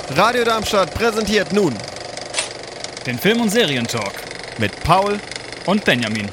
Radio Darmstadt präsentiert nun den Film- und Serientalk mit Paul und Benjamin.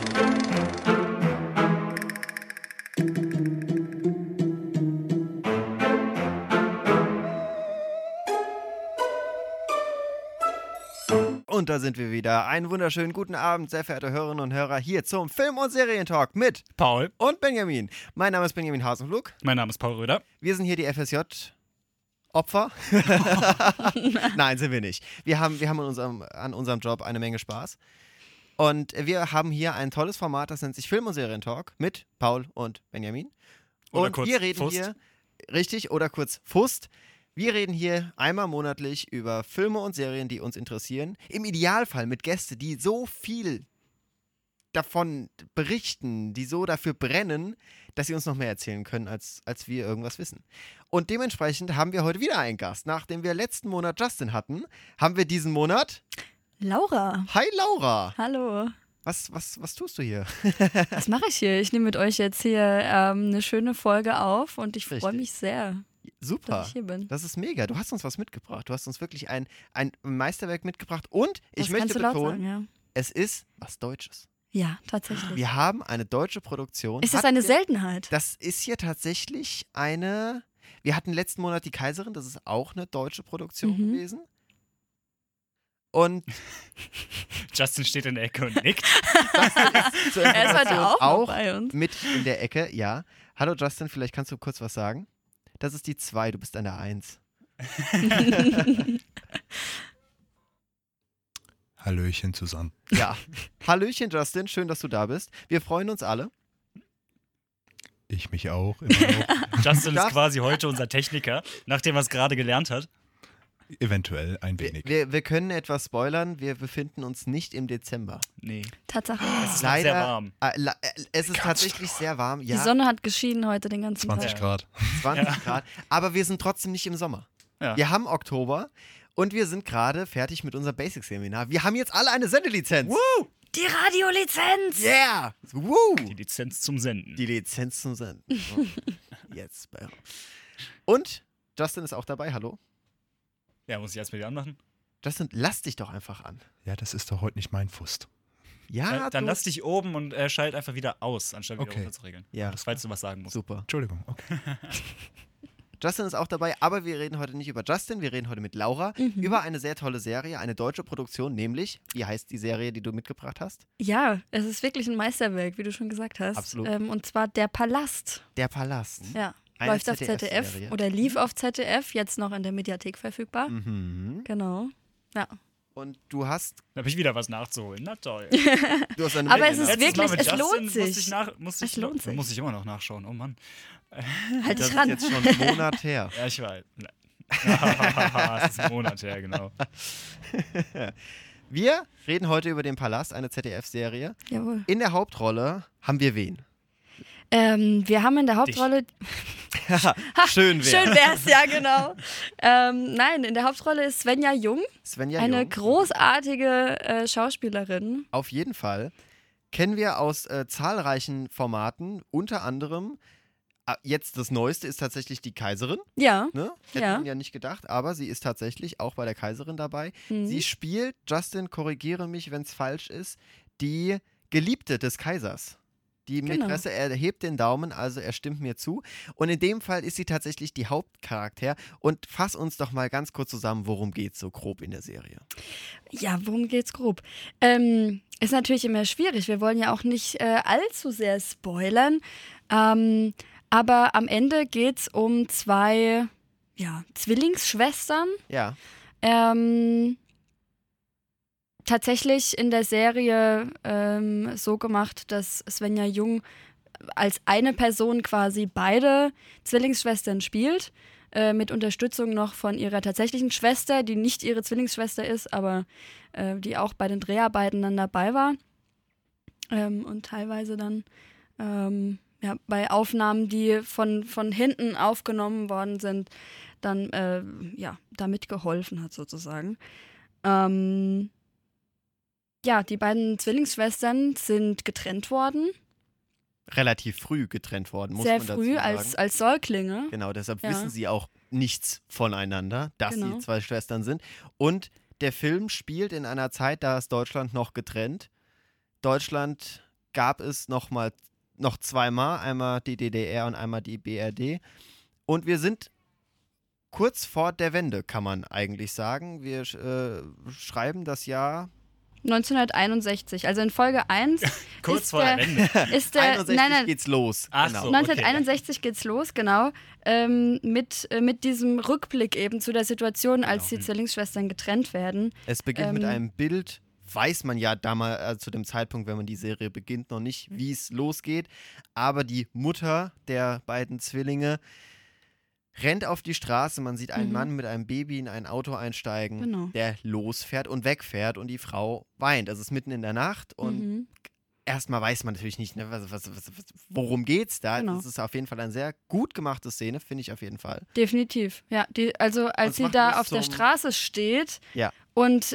Und da sind wir wieder. Einen wunderschönen guten Abend, sehr verehrte Hörerinnen und Hörer, hier zum Film- und Serientalk mit Paul. und Benjamin. Mein Name ist Benjamin Hasenflug. Mein Name ist Paul Röder. Wir sind hier die FSJ-Opfer. Nein, sind wir nicht. Wir haben an unserem Job eine Menge Spaß. Und wir haben hier ein tolles Format, das nennt sich Film- und Serientalk mit Paul und Benjamin. Oder Und kurz wir reden Fust. hier, richtig, oder kurz Fust. Wir reden hier einmal monatlich über Filme und Serien, die uns interessieren. Im Idealfall mit Gästen, die so viel davon berichten, die so dafür brennen, dass sie uns noch mehr erzählen können, als wir irgendwas wissen. Und dementsprechend haben wir heute wieder einen Gast. Nachdem wir letzten Monat Justin hatten, haben wir diesen Monat Laura. Hi Laura. Hallo. Was tust du hier? Was mache ich hier? Ich nehme mit euch jetzt hier eine schöne Folge auf und ich freue Richtig. mich sehr, Super. dass ich hier bin. Das ist mega. Du hast uns was mitgebracht. Du hast uns wirklich ein Meisterwerk mitgebracht. Und ich Das möchte kannst du laut betonen, sagen, es ist was Deutsches. ja. Ja, tatsächlich. Wir haben eine deutsche Produktion. Ist das Hatten eine wir- Seltenheit? Das ist hier tatsächlich eine. Wir hatten letzten Monat die Kaiserin, das ist auch eine deutsche Produktion Mhm. gewesen. Und Justin steht in der Ecke und nickt. zur Er ist heute Information auch noch bei uns. mit in der Ecke, ja. Hallo Justin, vielleicht kannst du kurz was sagen. Das ist die 2, du bist an der 1. Hallöchen zusammen. Ja. Hallöchen Justin, schön, dass du da bist. Wir freuen uns alle. Ich mich auch. Immer noch. Justin Das- ist quasi heute unser Techniker, nachdem er es gerade gelernt hat. Eventuell ein wenig. Wir können etwas spoilern, wir befinden uns nicht im Dezember. Nee, Tatsache. es ist noch sehr warm. Es ist tatsächlich sehr warm, ja. Die Sonne hat geschienen heute den ganzen 20 Tag. Grad. 20 Grad. Aber wir sind trotzdem nicht im Sommer. Ja. Wir haben Oktober und wir sind gerade fertig mit unserem Basic-Seminar. Wir haben jetzt alle eine Sendelizenz. Woo! Die Radiolizenz! Yeah! Woo! Die Lizenz zum Senden. Die Lizenz zum Senden. Oh. Jetzt. Und Justin ist auch dabei. Hallo. Ja, muss ich erst mal wieder anmachen? Justin, lass dich doch einfach an. Ja, das ist doch heute nicht mein Fust. Ja, Dann du- lass dich oben und schalt einfach wieder aus, anstatt wieder Okay. runter zu regeln. Ja, Falls du was sagen musst. super. Entschuldigung. Okay. Justin ist auch dabei, aber wir reden heute nicht über Justin, wir reden heute mit Laura über eine sehr tolle Serie, eine deutsche Produktion, nämlich, wie heißt die Serie, die du mitgebracht hast? Ja, es ist wirklich ein Meisterwerk, wie du schon gesagt hast. Absolut. Und zwar Der Palast. Der Palast. Ja. Eine Läuft auf ZDF ZDF-Serie. oder lief auf ZDF, jetzt noch in der Mediathek verfügbar. Mhm. Genau. Ja. Und du hast Da habe ich wieder was nachzuholen. Na toll. eine Aber Menge es ist nach- Letztes Mal wirklich- mit es Justin lohnt musste sich. ich Es lohnt sich. Muss ich immer noch nachschauen. Oh Mann. Halt Das dich ist ran. jetzt schon einen Monat her. Ja, ich weiß. Es ist ein Monat her, genau. Wir reden heute über den Palast, eine ZDF-Serie. Jawohl. In der Hauptrolle haben wir wen? Wir haben in der Hauptrolle. Schön wär's. Schön wär's, ja, genau. Nein, in der Hauptrolle ist Svenja Jung, Svenja eine Jung. großartige Schauspielerin. Auf jeden Fall. Kennen wir aus zahlreichen Formaten, unter anderem, jetzt das Neueste ist tatsächlich die Kaiserin. Ja. Ne? Hätte Ja. man ja nicht gedacht, aber sie ist tatsächlich auch bei der Kaiserin dabei. Mhm. Sie spielt, Justin, korrigiere mich, wenn es falsch ist, die Geliebte des Kaisers. Die Genau. Mätresse, er hebt den Daumen, also er stimmt mir zu. Und in dem Fall ist sie tatsächlich die Hauptcharakter. Und fass uns doch mal ganz kurz zusammen, worum geht's so grob in der Serie. Ja, worum geht's grob? Ist natürlich immer schwierig. Wir wollen ja auch nicht allzu sehr spoilern. Aber am Ende geht's um zwei Zwillingsschwestern. Ja, Tatsächlich in der Serie so gemacht, dass Svenja Jung als eine Person quasi beide Zwillingsschwestern spielt, mit Unterstützung noch von ihrer tatsächlichen Schwester, die nicht ihre Zwillingsschwester ist, aber die auch bei den Dreharbeiten dann dabei war und teilweise dann bei Aufnahmen, die von hinten aufgenommen worden sind, dann da mitgeholfen hat sozusagen. Die beiden Zwillingsschwestern sind getrennt worden. relativ früh getrennt worden, muss Sehr man dazu früh sagen. als Säuglinge. Genau, deshalb Ja. wissen sie auch nichts voneinander, dass Genau. sie zwei Schwestern sind. Und der Film spielt in einer Zeit, da ist Deutschland noch getrennt. Deutschland gab es noch zweimal, einmal die DDR und einmal die BRD. Und wir sind kurz vor der Wende, kann man eigentlich sagen. Wir schreiben das Jahr 1961, also in Folge 1 Kurz ist vor der Wende. ist der 61 geht's los. Ach Genau. so. Okay. 1961 geht's los, genau, mit diesem Rückblick eben zu der Situation, als die Zwillingsschwestern getrennt werden. Es beginnt mit einem Bild, weiß man ja damals zu dem Zeitpunkt, wenn man die Serie beginnt, noch nicht, wie es losgeht. Aber die Mutter der beiden Zwillinge rennt auf die Straße, man sieht einen Mann mit einem Baby in ein Auto einsteigen, Genau. der losfährt und wegfährt und die Frau weint. Das ist mitten in der Nacht und erstmal weiß man natürlich nicht, ne, worum geht's da. Genau. Das ist auf jeden Fall eine sehr gut gemachte Szene, finde ich auf jeden Fall. Definitiv, ja. Also Und als es sie macht da mich auf der zum- Straße steht Ja. und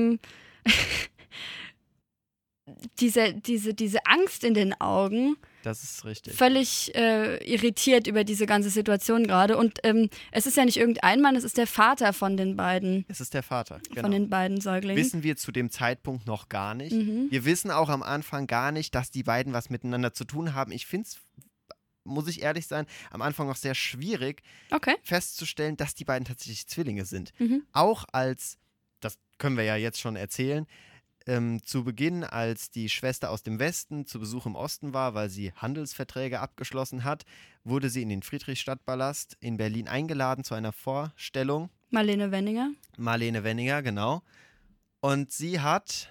diese Angst in den Augen, Das ist richtig. völlig irritiert über diese ganze Situation gerade. Und es ist ja nicht irgendein Mann, es ist der Vater von den beiden, Es ist der Vater, genau. von den beiden Säuglingen. Wissen wir zu dem Zeitpunkt noch gar nicht. Mhm. Wir wissen auch am Anfang gar nicht, dass die beiden was miteinander zu tun haben. Ich finde es, muss ich ehrlich sein, am Anfang noch sehr schwierig Okay. festzustellen, dass die beiden tatsächlich Zwillinge sind. Mhm. Auch als, das können wir ja jetzt schon erzählen, zu Beginn, als die Schwester aus dem Westen zu Besuch im Osten war, weil sie Handelsverträge abgeschlossen hat, wurde sie in den Friedrichstadtpalast in Berlin eingeladen zu einer Vorstellung. Marlene Wenninger. Marlene Wenninger, genau. Und sie hat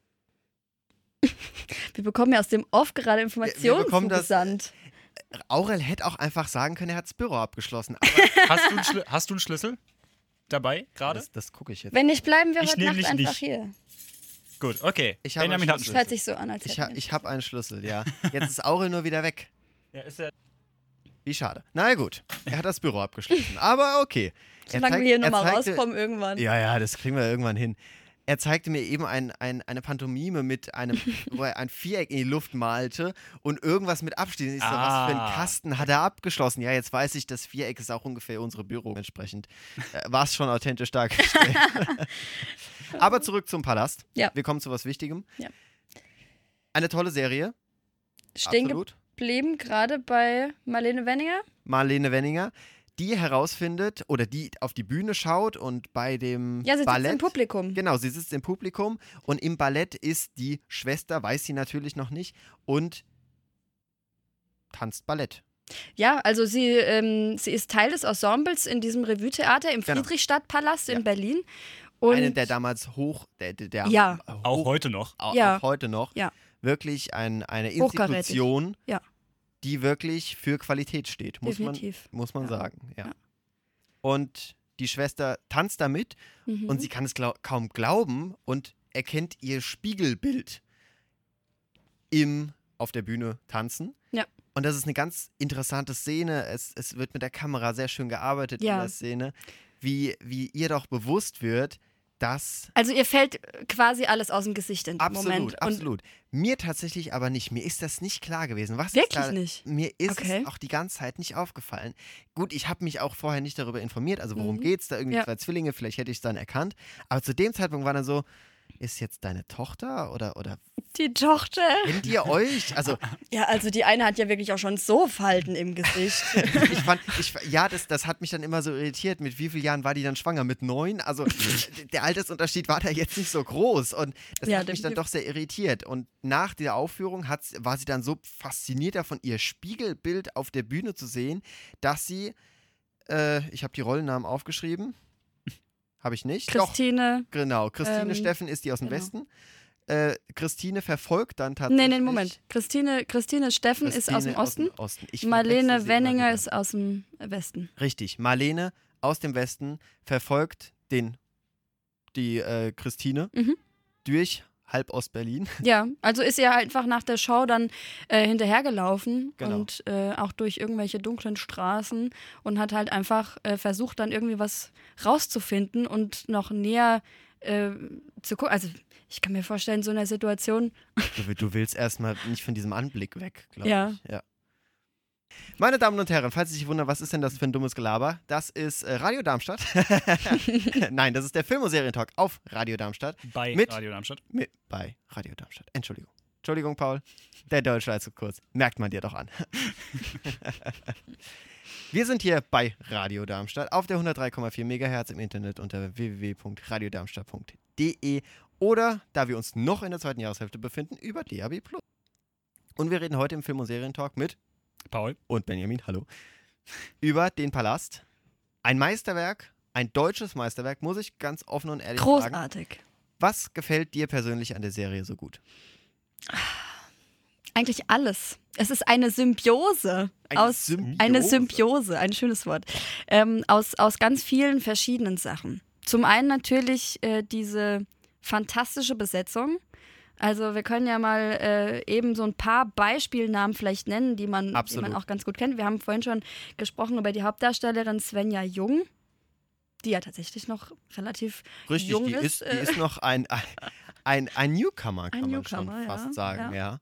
Wir bekommen ja aus dem Off gerade Informationen bekommen das- zugesandt. Aurel hätte auch einfach sagen können, er hat das Büro abgeschlossen. Aber Hast du einen Schlüssel dabei gerade? das gucke ich jetzt. Wenn nicht, bleiben wir Ich heute nehm Nacht dich einfach nicht. hier. Gut, okay. Ich habe Benjamin einen hat einen Schlüssel. Hört Schlüssel. sich so an, als Ich, hätten wir ich habe einen Schlüssel, ja. Jetzt ist Aurel nur wieder weg. Ja, ist ja Wie schade. Na ja, gut, er hat das Büro abgeschlossen. Aber okay. Solange wir hier nochmal rauskommen irgendwann. Ja, das kriegen wir irgendwann hin. Er zeigte mir eben eine Pantomime mit wo er ein Viereck in die Luft malte und irgendwas mit abschließen. Ich so, was für ein Kasten hat er abgeschlossen? Ja, jetzt weiß ich, das Viereck ist auch ungefähr unsere Büro entsprechend. War es schon authentisch dargestellt. Aber zurück zum Palast. Ja. Wir kommen zu was Wichtigem. Ja. Eine tolle Serie. Stehen Absolut. geblieben, gerade bei Marlene Wenninger. Marlene Wenninger, die herausfindet oder die auf die Bühne schaut und bei dem Ja, sie sitzt Ballett. im Publikum. Genau, sie sitzt im Publikum und im Ballett ist die Schwester, weiß sie natürlich noch nicht, und tanzt Ballett. Ja, also sie ist Teil des Ensembles in diesem Revue-Theater im Genau. Friedrichstadtpalast Ja. in Berlin. Und Eine der damals der Ja. auch heute noch. Ja. auch heute noch, Ja. wirklich eine Hochkarätig. Institution, Ja. die wirklich für Qualität steht, muss definitiv. man Ja. sagen. Ja. Ja. Und die Schwester tanzt damit Mhm. und sie kann es kaum glauben und erkennt ihr Spiegelbild auf der Bühne tanzen. Ja. Und das ist eine ganz interessante Szene. Es wird mit der Kamera sehr schön gearbeitet Ja. in der Szene, wie ihr doch bewusst wird, dass Also ihr fällt quasi alles aus dem Gesicht in dem Moment. Und absolut. Mir tatsächlich aber nicht. Mir ist das nicht klar gewesen. Was Wirklich ist da, nicht? Mir ist Okay. es auch die ganze Zeit nicht aufgefallen. Gut, ich habe mich auch vorher nicht darüber informiert. Also worum geht's da? Irgendwie Ja. zwei Zwillinge, vielleicht hätte ich es dann erkannt. Aber zu dem Zeitpunkt war dann so, ist jetzt deine Tochter oder die Tochter. kennt ihr euch? Also Ja, also die eine hat ja wirklich auch schon so Falten im Gesicht. das hat mich dann immer so irritiert. Mit wie vielen Jahren war die dann schwanger? Mit 9? Also der Altersunterschied war da jetzt nicht so groß. Und das Ja, hat mich dann definitiv. doch sehr irritiert. Und nach der Aufführung war sie dann so fasziniert davon, ihr Spiegelbild auf der Bühne zu sehen, dass sie, ich habe die Rollennamen aufgeschrieben. Habe ich nicht? Christine. Doch, genau. Christine ähm, Steffen ist die aus dem genau. Westen. Christine verfolgt dann tatsächlich. Nee, Moment. Christine Steffen ist aus dem Osten. Ich verwechsel Marlene sie immer Wenninger wieder. ist aus dem Westen. Richtig. Marlene aus dem Westen verfolgt die Christine Mhm. durch halb Ostberlin. Ja, also ist er einfach nach der Show dann hinterhergelaufen Genau. und auch durch irgendwelche dunklen Straßen und hat halt einfach versucht, dann irgendwie was rauszufinden und noch näher zu gucken. Also ich kann mir vorstellen, so in einer Situation, Du willst erstmal nicht von diesem Anblick weg, glaube Ja. ich. Ja. Meine Damen und Herren, falls Sie sich wundern, was ist denn das für ein dummes Gelaber? Das ist Radio Darmstadt. Nein, das ist der Film- und Serientalk auf Radio Darmstadt. Bei Mit- Radio Darmstadt. Bei Radio Darmstadt. Entschuldigung. Entschuldigung, Paul. Der Deutsche ist zu kurz. Merkt man dir doch an. Wir sind hier bei Radio Darmstadt auf der 103,4 MHz im Internet unter www.radiodarmstadt.de oder, da wir uns noch in der zweiten Jahreshälfte befinden, über DAB+. Und wir reden heute im Film- und Serientalk mit Paul. und Benjamin, hallo, über den Palast. Ein Meisterwerk, ein deutsches Meisterwerk, muss ich ganz offen und ehrlich sagen. Großartig. Was gefällt dir persönlich an der Serie so gut? Eigentlich alles. Es ist eine Symbiose. Eine Symbiose, ein schönes Wort. Aus ganz vielen verschiedenen Sachen. Zum einen natürlich diese fantastische Besetzung. Also wir können ja mal eben so ein paar Beispielnamen vielleicht nennen, die man auch ganz gut kennt. Wir haben vorhin schon gesprochen über die Hauptdarstellerin Svenja Jung, die ja tatsächlich noch relativ Richtig, jung die ist noch ein Newcomer, kann man schon fast sagen, ja.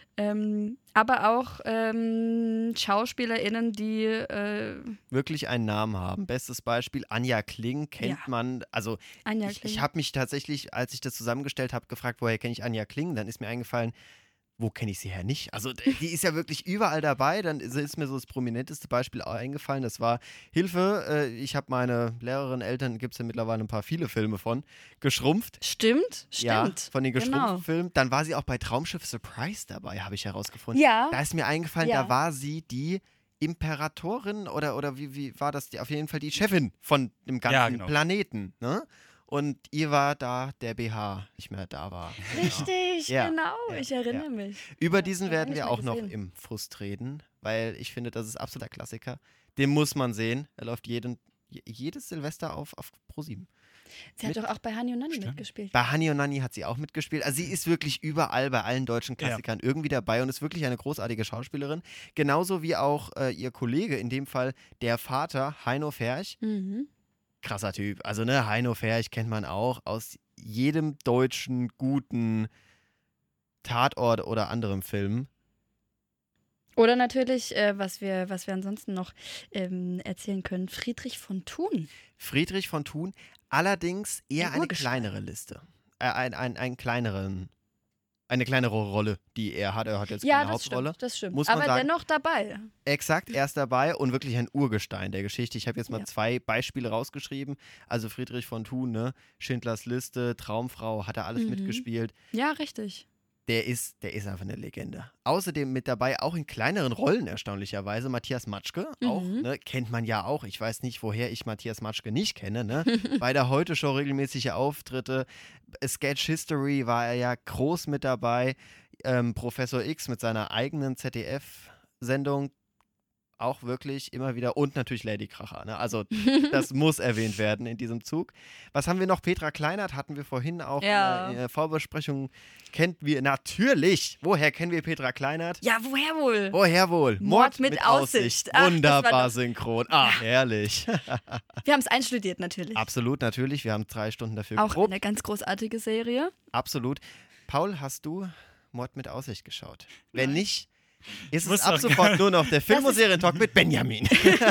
Aber auch SchauspielerInnen, die wirklich einen Namen haben. Bestes Beispiel, Anja Kling kennt man. Also Anja Kling. ich habe mich tatsächlich, als ich das zusammengestellt habe, gefragt, woher kenne ich Anja Kling? Dann ist mir eingefallen, wo kenne ich sie her nicht? Also die ist ja wirklich überall dabei. Dann ist mir so das prominenteste Beispiel auch eingefallen. Das war Hilfe. Ich habe meine Lehrerin, Eltern, gibt es ja mittlerweile viele Filme von, geschrumpft. Stimmt. Ja, von den geschrumpften Genau. Filmen. Dann war sie auch bei Traumschiff Surprise dabei, habe ich herausgefunden. Ja. Da ist mir eingefallen, Ja. da war sie die Imperatorin oder wie war das? Auf jeden Fall die Chefin von dem ganzen Ja, genau. Planeten. Ne? Und ihr war da der BH nicht mehr da war. Richtig, Ja. genau. Ja. Ich erinnere mich. Über diesen hab werden ich wir mal auch noch gesehen. im Frust reden, weil ich finde, das ist absoluter Klassiker. Den muss man sehen. Er läuft jedes Silvester auf ProSieben. Sie hat doch auch bei Hani und Nanni Stimmt. mitgespielt. Bei Hani und Nanni hat sie auch mitgespielt. Also sie ist wirklich überall bei allen deutschen Klassikern irgendwie dabei und ist wirklich eine großartige Schauspielerin. Genauso wie auch ihr Kollege, in dem Fall der Vater, Heino Ferch. Mhm. Krasser Typ. Also ne, Heino Ferch kennt man auch aus jedem deutschen guten Tatort oder anderem Film. Oder natürlich, was wir ansonsten noch erzählen können, Friedrich von Thun. Friedrich von Thun, allerdings eher Ein eine Urgestein. kleinere Liste. Eine kleinere Rolle, die er hat. Er hat jetzt keine Hauptrolle. Das stimmt. Muss man Aber sagen. dennoch dabei. Exakt, er ist dabei und wirklich ein Urgestein der Geschichte. Ich habe jetzt mal Ja. 2 Beispiele rausgeschrieben. Also Friedrich von Thun, ne? Schindlers Liste, Traumfrau, hat er alles Mhm. mitgespielt. Ja, richtig. Der ist einfach eine Legende. Außerdem mit dabei, auch in kleineren Rollen erstaunlicherweise, Matthias Matschke. Auch, Mhm. ne? Kennt man ja auch. Ich weiß nicht, woher ich Matthias Matschke nicht kenne. Ne? Bei der Heute-Show regelmäßige Auftritte. Sketch History war er ja groß mit dabei. Professor X mit seiner eigenen ZDF-Sendung auch wirklich immer wieder. Und natürlich Lady Kracher. Ne? Also das muss erwähnt werden in diesem Zug. Was haben wir noch? Petra Kleinert hatten wir vorhin auch Ja. in der Vorbesprechung. Kennt wir natürlich. Woher kennen wir Petra Kleinert? Ja, woher wohl? Woher wohl? Mord mit Aussicht. Ach, das Wunderbar war doch- synchron. Ach, herrlich. Wir haben es einstudiert natürlich. Absolut, natürlich. Wir haben 3 Stunden dafür Auch geprobt. eine ganz großartige Serie. Absolut. Paul, hast du Mord mit Aussicht geschaut? Wenn Nein. nicht, ist muss es ab doch sofort gar- nur noch der Film- und Serientalk mit Benjamin.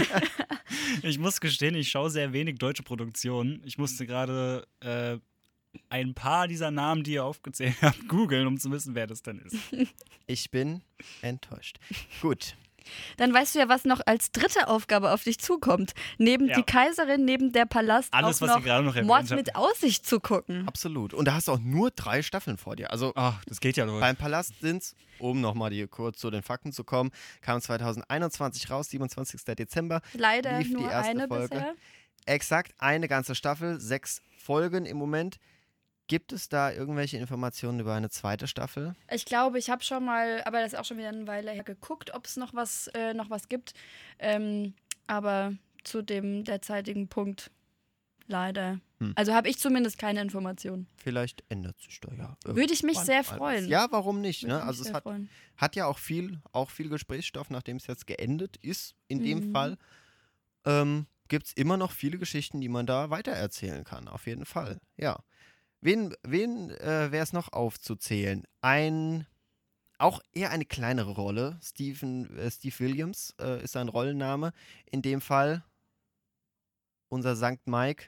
Ich muss gestehen, ich schaue sehr wenig deutsche Produktionen. Ich musste gerade ein paar dieser Namen, die ihr aufgezählt habt, googeln, um zu wissen, wer das denn ist. Ich bin enttäuscht. Gut. Dann weißt du ja, was noch als dritte Aufgabe auf dich zukommt. Neben Ja. die Kaiserin, neben der Palast Alles, auch was ihr noch gerade noch erwähnt Mord habt. mit Aussicht zu gucken. Absolut. Und da hast du auch nur 3 Staffeln vor dir. Also Ach, das geht ja wohl. beim Palast sind es, um nochmal kurz zu den Fakten zu kommen, kam 2021 raus, 27. Dezember. Leider lief die nur erste eine Folge. bisher. Exakt eine ganze Staffel, 6 Folgen im Moment. Gibt es da irgendwelche Informationen über eine zweite Staffel? Ich glaube, ich habe schon mal, aber das ist auch schon wieder eine Weile her, geguckt, ob es noch was gibt. Aber zu dem derzeitigen Punkt leider. Also habe ich zumindest keine Informationen. Vielleicht ändert sich da ja. Würde ich mich irgendwann sehr mal freuen. was. Ja, warum nicht? Würde Ne? mich Also es sehr freuen. hat ja auch viel Gesprächsstoff, nachdem es jetzt geendet ist. In dem Mhm. Fall gibt es immer noch viele Geschichten, die man da weitererzählen kann. Auf jeden Fall. Ja. Wen wäre es noch aufzuzählen? Ein Auch eher eine kleinere Rolle. Steve Williams ist sein Rollenname. In dem Fall unser Sankt Mike,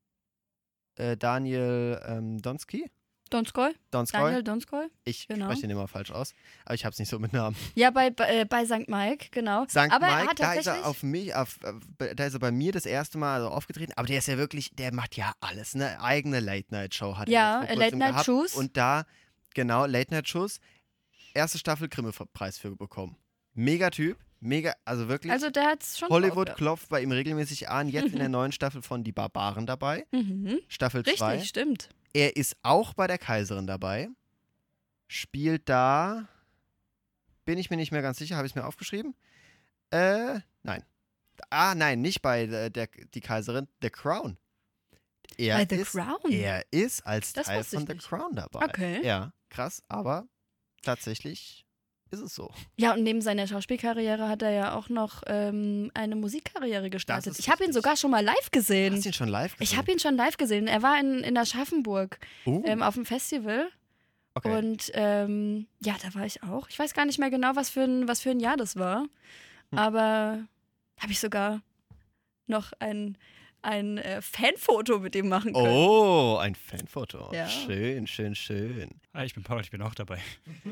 Daniel Donskoy. Donskoy? Daniel Donskoy? Ich genau. spreche den immer falsch aus, aber ich habe es nicht so mit Namen. Ja, bei St. Mike, genau. St. Aber er Mike, hat da ist tatsächlich da ist er bei mir das erste Mal aufgetreten, aber der ist ja wirklich, der macht ja alles, eine eigene Late-Night-Show hat Ja, er vor kurzem gehabt. Late-Night-Shows. Und da, genau, Late-Night-Shows, erste Staffel Grimme-Preis für bekommen. Mega Typ, mega, also wirklich. Also der hat's schon Hollywood drauf, klopft bei ihm regelmäßig an, jetzt in der neuen Staffel von Die Barbaren dabei, ja. Mhm. Staffel 2. Richtig, stimmt. Er ist auch bei der Kaiserin dabei, spielt da, bin ich mir nicht mehr ganz sicher, habe ich es mir aufgeschrieben? Nein. Nein, nicht bei die Kaiserin, The Crown. Bei The Crown? Er ist als Das Teil wusste ich von The nicht. Crown dabei. Okay. Ja, krass, aber tatsächlich ist es so. Ja, und neben seiner Schauspielkarriere hat er ja auch noch eine Musikkarriere gestartet. ist Ich habe ihn richtig. sogar schon mal live gesehen. Hast du ihn schon live gesehen? Ich habe ihn schon live gesehen. Er war in Aschaffenburg auf dem Festival. Okay. Und ja, da war ich auch. Ich weiß gar nicht mehr genau, was für ein Jahr das war. Aber habe ich sogar noch ein Fanfoto mit ihm machen können. Oh, ein Fanfoto. Ja. Schön, schön, schön. Hi, ich bin Paul, ich bin auch dabei.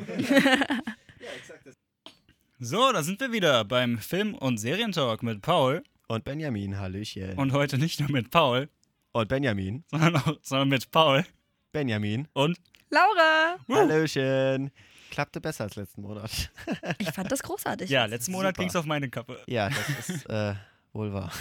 So, da sind wir wieder beim Film- und Serientalk mit Paul. Und Benjamin, Hallöchen. Und heute nicht nur mit Paul, Und Benjamin. sondern mit Paul Benjamin. und Laura! Hallöchen. Klappte besser als letzten Monat. Ich fand das großartig. ja, letzten Monat super. ging es auf meine Kappe. Ja, das ist wohl wahr.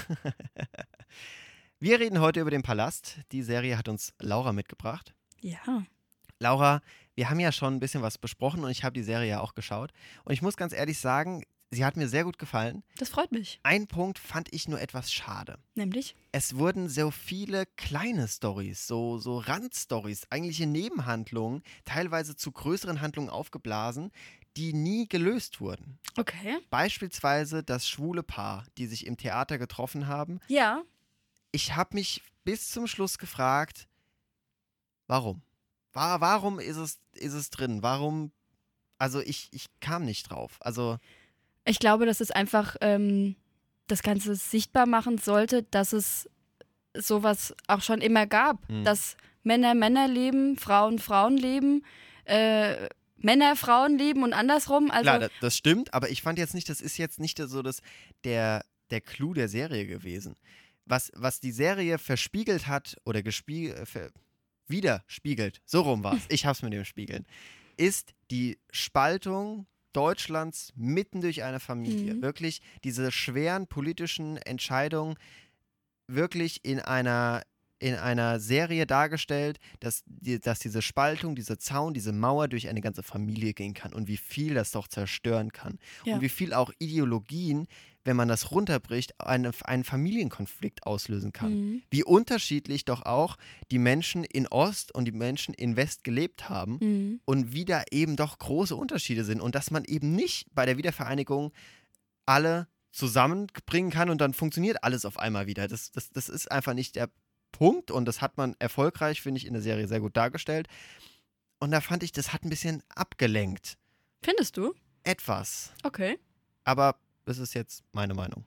Wir reden heute über den Palast. Die Serie hat uns Laura mitgebracht. Ja. Laura, wir haben ja schon ein bisschen was besprochen und ich habe die Serie ja auch geschaut. Und ich muss ganz ehrlich sagen, sie hat mir sehr gut gefallen. Das freut mich. Ein Punkt fand ich nur etwas schade. Nämlich? Es wurden so viele kleine Storys, so Randstories, eigentliche Nebenhandlungen, teilweise zu größeren Handlungen aufgeblasen, die nie gelöst wurden. Okay. Beispielsweise das schwule Paar, die sich im Theater getroffen haben. Ja. Ich habe mich bis zum Schluss gefragt, warum? Warum ist es drin? Warum? Also ich kam nicht drauf. Also Ich glaube, dass es einfach das Ganze sichtbar machen sollte, dass es sowas auch schon immer gab. Dass Männer Männer lieben, Frauen Frauen lieben, Männer Frauen lieben und andersrum. Also klar, das stimmt, aber ich fand jetzt nicht, das ist jetzt nicht so der Clou der Serie gewesen. Was die Serie verspiegelt hat oder widerspiegelt, so rum war es, ich hab's mit dem Spiegeln, ist die Spaltung Deutschlands mitten durch eine Familie. Wirklich diese schweren politischen Entscheidungen wirklich in einer Serie dargestellt, dass diese Spaltung, dieser Zaun, diese Mauer durch eine ganze Familie gehen kann und wie viel das doch zerstören kann. Ja. Und wie viel auch Ideologien, wenn man das runterbricht, einen Familienkonflikt auslösen kann. Wie unterschiedlich doch auch die Menschen in Ost und die Menschen in West gelebt haben und wie da eben doch große Unterschiede sind und dass man eben nicht bei der Wiedervereinigung alle zusammenbringen kann und dann funktioniert alles auf einmal wieder. Das ist einfach nicht der Punkt und das hat man erfolgreich, finde ich, in der Serie sehr gut dargestellt. Und da fand ich, das hat ein bisschen abgelenkt. Findest du? Etwas. Okay. Aber das ist jetzt meine Meinung.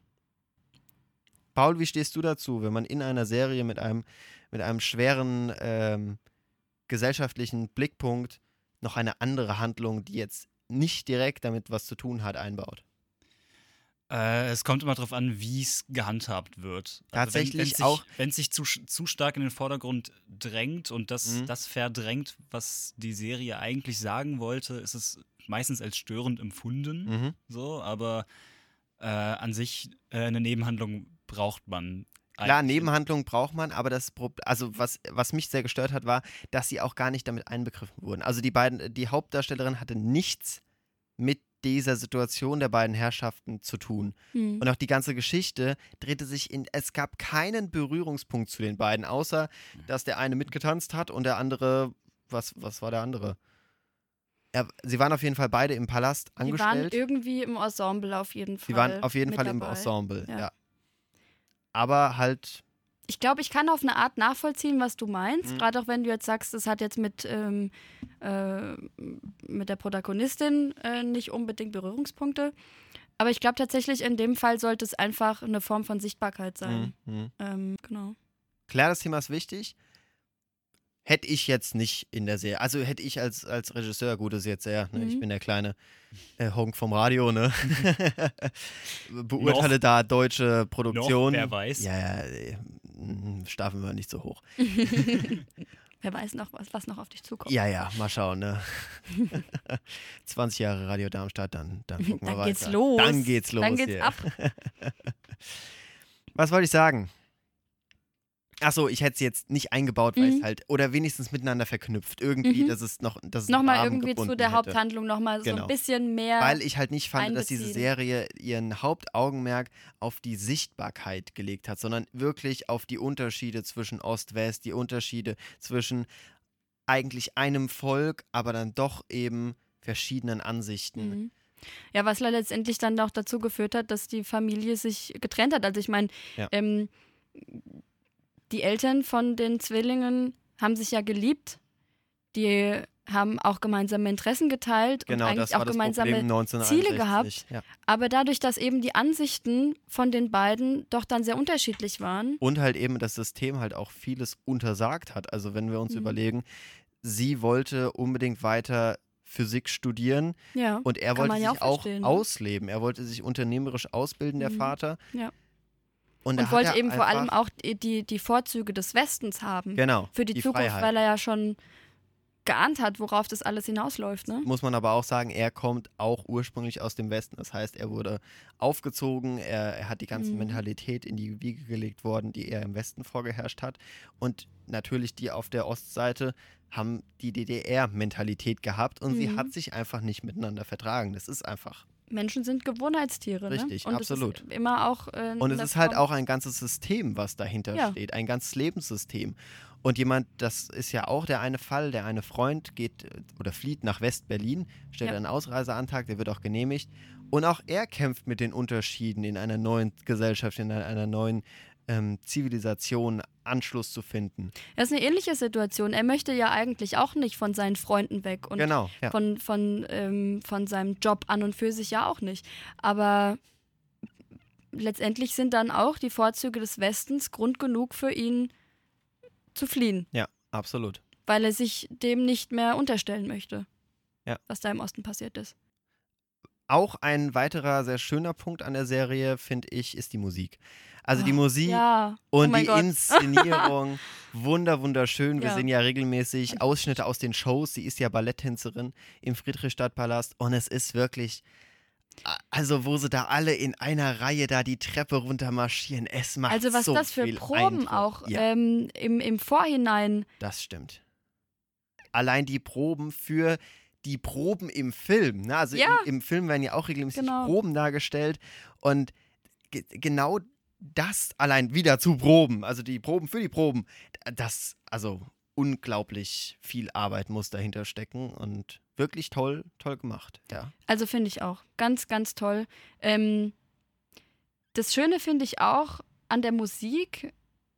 Paul, wie stehst du dazu, wenn man in einer Serie mit einem schweren gesellschaftlichen Blickpunkt noch eine andere Handlung, die jetzt nicht direkt damit was zu tun hat, einbaut? Es kommt immer darauf an, wie es gehandhabt wird. Tatsächlich wenn es sich zu stark in den Vordergrund drängt und das verdrängt, was die Serie eigentlich sagen wollte, ist es meistens als störend empfunden. So, aber an sich eine Nebenhandlung braucht man. Klar, Nebenhandlungen braucht man, aber was mich sehr gestört hat, war, dass sie auch gar nicht damit einbegriffen wurden. Also die Hauptdarstellerin hatte nichts mit dieser Situation der beiden Herrschaften zu tun. Und auch die ganze Geschichte drehte sich es gab keinen Berührungspunkt zu den beiden, außer, dass der eine mitgetanzt hat und der andere, was war der andere? Sie waren auf jeden Fall beide im Palast angestellt. Die waren irgendwie im Ensemble auf jeden Fall. Sie waren auf jeden mit Fall im dabei. Ensemble, Ja. ja. Aber halt ich glaube, ich kann auf eine Art nachvollziehen, was du meinst. Gerade auch wenn du jetzt sagst, das hat jetzt mit der Protagonistin nicht unbedingt Berührungspunkte. Aber ich glaube tatsächlich, in dem Fall sollte es einfach eine Form von Sichtbarkeit sein. Genau. Klar, das Thema ist wichtig. Hätte ich jetzt nicht in der Serie, also hätte ich als Regisseur, gut, das ist jetzt ne, ich bin der kleine Honk vom Radio, ne? Beurteile da deutsche Produktion. Wer weiß. Ja, stapeln wir nicht so hoch. Wer weiß noch, was noch auf dich zukommt. Ja, mal schauen, ne? 20 Jahre Radio Darmstadt, dann gucken wir weiter. Geht's los. Dann geht's los. Dann geht's hier. ab. Was wollte ich sagen? Achso, ich hätte es jetzt nicht eingebaut, weil es halt, oder wenigstens miteinander verknüpft. Irgendwie, dass es nochmal irgendwie zu der Haupthandlung nochmal so ein bisschen mehr. Weil ich halt nicht fand, dass diese einbeziehen. Serie ihren Hauptaugenmerk auf die Sichtbarkeit gelegt hat, sondern wirklich auf die Unterschiede zwischen Ost-West, die Unterschiede zwischen eigentlich einem Volk, aber dann doch eben verschiedenen Ansichten. Ja, was letztendlich dann auch dazu geführt hat, dass die Familie sich getrennt hat. Also ich meine, die Eltern von den Zwillingen haben sich ja geliebt. Die haben auch gemeinsame Interessen geteilt und eigentlich auch gemeinsame Ziele gehabt. Ja. Aber dadurch, dass eben die Ansichten von den beiden doch dann sehr unterschiedlich waren. Und halt eben das System halt auch vieles untersagt hat. Also wenn wir uns überlegen, sie wollte unbedingt weiter Physik studieren und er wollte sich auch ausleben. Er wollte sich unternehmerisch ausbilden, der Vater. Ja. Und wollte eben vor allem auch die Vorzüge des Westens haben. Genau. Für die Zukunft, Freiheit. weil er ja schon geahnt hat, worauf das alles hinausläuft. Ne? Muss man aber auch sagen, er kommt auch ursprünglich aus dem Westen. Das heißt, er wurde aufgezogen, er hat die ganze Mentalität in die Wiege gelegt worden, die er im Westen vorgeherrscht hat. Und natürlich die auf der Ostseite haben die DDR-Mentalität gehabt und sie hat sich einfach nicht miteinander vertragen. Das ist einfach. Menschen sind Gewohnheitstiere. Richtig, ne? Und absolut. Es ist immer auch, und es ist halt auch ein ganzes System, was dahinter steht, ein ganzes Lebenssystem. Und das ist ja auch der eine Fall, der eine Freund geht oder flieht nach West-Berlin, stellt einen Ausreiseantrag, der wird auch genehmigt. Und auch er kämpft mit den Unterschieden in einer neuen Gesellschaft, in einer neuen Zivilisation Anschluss zu finden. Das ist eine ähnliche Situation. Er möchte ja eigentlich auch nicht von seinen Freunden weg und von seinem Job an und für sich ja auch nicht. Aber letztendlich sind dann auch die Vorzüge des Westens Grund genug für ihn zu fliehen. Ja, absolut. Weil er sich dem nicht mehr unterstellen möchte, was da im Osten passiert ist. Auch ein weiterer sehr schöner Punkt an der Serie, finde ich, ist die Musik. Also die Musik und die Inszenierung, wunderschön. Wir sehen ja regelmäßig Ausschnitte aus den Shows. Sie ist ja Balletttänzerin im Friedrichstadtpalast und es ist wirklich, also wo sie da alle in einer Reihe da die Treppe runter marschieren, es macht also was so das für viel Proben Eindruck. auch im Vorhinein. Das stimmt. Allein die Proben für die Proben im Film. Ne? Also im Film werden ja auch regelmäßig Proben dargestellt und genau das allein wieder zu Proben, also die Proben für die Proben, also unglaublich viel Arbeit muss dahinter stecken und wirklich toll gemacht. Ja. Also finde ich auch. Ganz, ganz toll. Das Schöne finde ich auch an der Musik,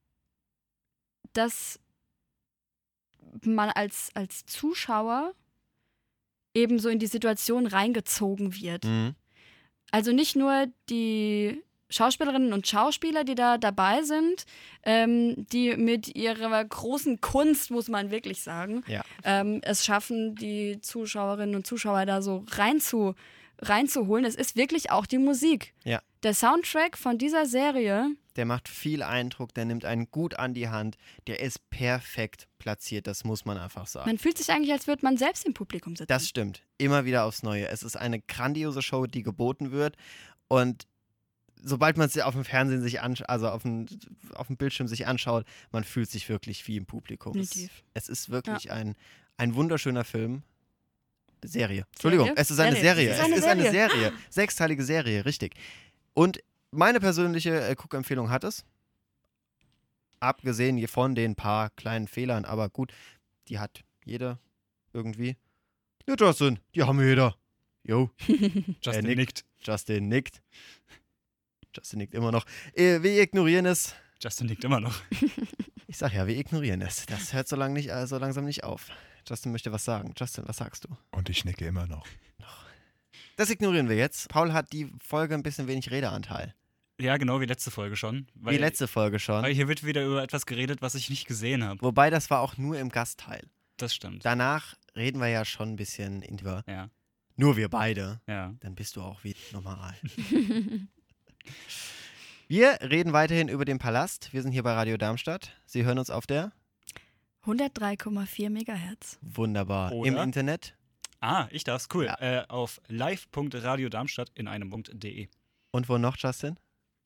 dass man als Zuschauer eben so in die Situation reingezogen wird. Also nicht nur die Schauspielerinnen und Schauspieler, die da dabei sind, die mit ihrer großen Kunst, muss man wirklich sagen, es schaffen, die Zuschauerinnen und Zuschauer da so reinzuholen. Es ist wirklich auch die Musik. Ja. Der Soundtrack von dieser Serie, der macht viel Eindruck, der nimmt einen gut an die Hand, der ist perfekt platziert, das muss man einfach sagen. man fühlt sich eigentlich, als würde man selbst im Publikum sitzen. Das stimmt, immer wieder aufs Neue. Es ist eine grandiose Show, die geboten wird und sobald man es auf dem Fernsehen sich anschaut, also auf dem Bildschirm sich anschaut, man fühlt sich wirklich wie im Publikum. Es ist wirklich ein wunderschöner Film. Serie. Entschuldigung, es ist eine Serie. Es ist eine Serie. 6-teilige Serie, richtig. Und meine persönliche Guckempfehlung hat es. Abgesehen von den paar kleinen Fehlern, aber gut, die hat jeder irgendwie. Ja, Justin, die haben jeder. Jo. Justin nickt. Justin nickt. Justin nickt immer noch. Wir ignorieren es. Justin nickt immer noch. Ich sag ja, wir ignorieren es. Das hört so langsam nicht auf. Justin möchte was sagen. Justin, was sagst du? Und ich nicke immer noch. Das ignorieren wir jetzt. Paul hat die Folge ein bisschen wenig Redeanteil. Ja, genau wie letzte Folge schon. Wie letzte Folge schon. Weil hier wird wieder über etwas geredet, was ich nicht gesehen habe. Wobei, das war auch nur im Gastteil. Das stimmt. Danach reden wir ja schon ein bisschen über Ja. nur wir beide. Ja. Dann bist du auch wieder normal. Wir reden weiterhin über den Palast. Wir sind hier bei Radio Darmstadt. Sie hören uns auf der 103,4 Megahertz. Wunderbar. Oder? Im Internet. Ich darf's. Cool. Ja. Auf live.radiodarmstadt in einem.de. Und wo noch, Justin?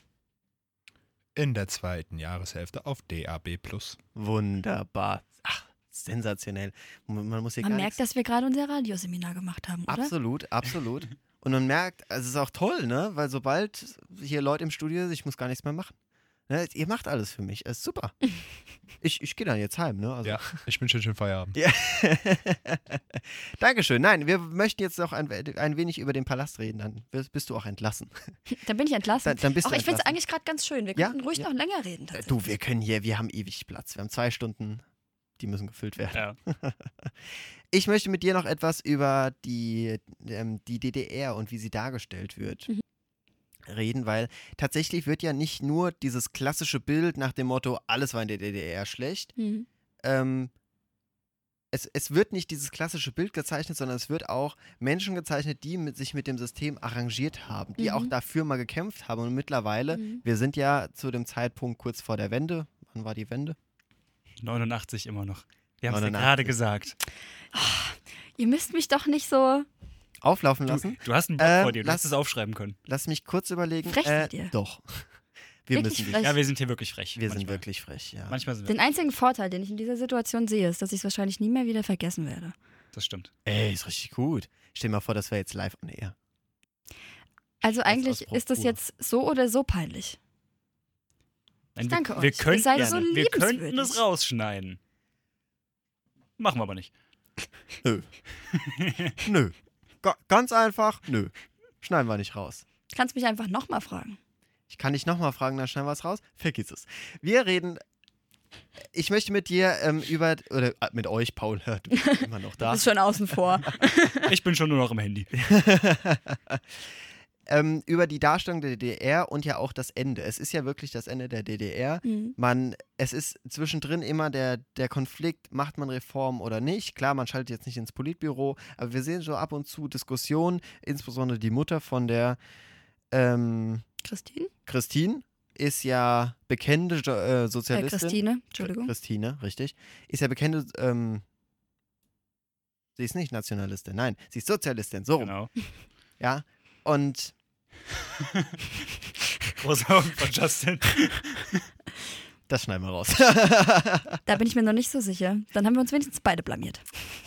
In der 2. Jahreshälfte auf DAB+. Wunderbar. Ach, sensationell. Man muss hier Man gar merkt, nichts. dass wir gerade unser Radioseminar gemacht haben, oder? Absolut, absolut. Und man merkt, also es ist auch toll, ne? Weil sobald hier Leute im Studio sind, ich muss gar nichts mehr machen. Ne? Ihr macht alles für mich. Es ist super. Ich gehe dann jetzt heim, ne? Also. Ja, ich wünsche schön Feierabend. Ja. Dankeschön. Nein, wir möchten jetzt noch ein wenig über den Palast reden. Dann bist du auch entlassen. Dann bin ich entlassen. Dann bist Auch du ich finde es entlassen. eigentlich gerade ganz schön. Wir Ja, könnten ruhig ja. noch länger reden. Tatsächlich. Du, wir haben ewig Platz. Wir haben 2 Stunden, die müssen gefüllt werden. Ja. Ich möchte mit dir noch etwas über die DDR und wie sie dargestellt wird reden, weil tatsächlich wird ja nicht nur dieses klassische Bild nach dem Motto, alles war in der DDR schlecht. Es wird nicht dieses klassische Bild gezeichnet, sondern es wird auch Menschen gezeichnet, die sich mit dem System arrangiert haben, die auch dafür mal gekämpft haben. Und mittlerweile, wir sind ja zu dem Zeitpunkt kurz vor der Wende. Wann war die Wende? 89 immer noch. Wir haben es 89. gerade gesagt. Ihr müsst mich doch nicht so Auflaufen lassen. Du hast ein Buch vor dir, du hättest es aufschreiben können. Lass mich kurz überlegen. Frech seid ihr. Doch. Wir Wirklich müssen frech. Ja, wir sind hier wirklich frech. Wir sind manchmal. wirklich frech, ja. Manchmal sind wir. Den einzigen Vorteil, den ich in dieser Situation sehe, ist, dass ich es wahrscheinlich nie mehr wieder vergessen werde. Das stimmt. Ey, ist richtig gut. Stell dir mal vor, das wäre jetzt live on air. Also eigentlich Ausbruch ist das pur. jetzt so oder so peinlich. Nein, danke wir euch. Ihr könnten, seid so wir könnten liebenswürdig. es rausschneiden. Machen wir aber nicht. Nö. Nö. Ganz einfach, nö. Schneiden wir nicht raus. Du kannst mich einfach nochmal fragen. Ich kann dich nochmal fragen, dann schneiden wir es raus. Vergiss es. Wir reden. Ich möchte mit dir mit euch, Paul, du bist immer noch Du da. bist schon außen vor. Ich bin schon nur noch im Handy. Über die Darstellung der DDR und ja auch das Ende. Es ist ja wirklich das Ende der DDR. Es ist zwischendrin immer der Konflikt, macht man Reformen oder nicht. Klar, man schaltet jetzt nicht ins Politbüro, aber wir sehen so ab und zu Diskussionen, insbesondere die Mutter von der Christine ist ja bekennende Sozialistin. Christine, Entschuldigung. Christine, richtig. Ist ja bekennende, sie ist nicht Nationalistin, nein, sie ist Sozialistin, so rum. Genau. Ja, und Große Augen von Justin. das schneiden wir raus. Da bin ich mir noch nicht so sicher. Dann haben wir uns wenigstens beide blamiert.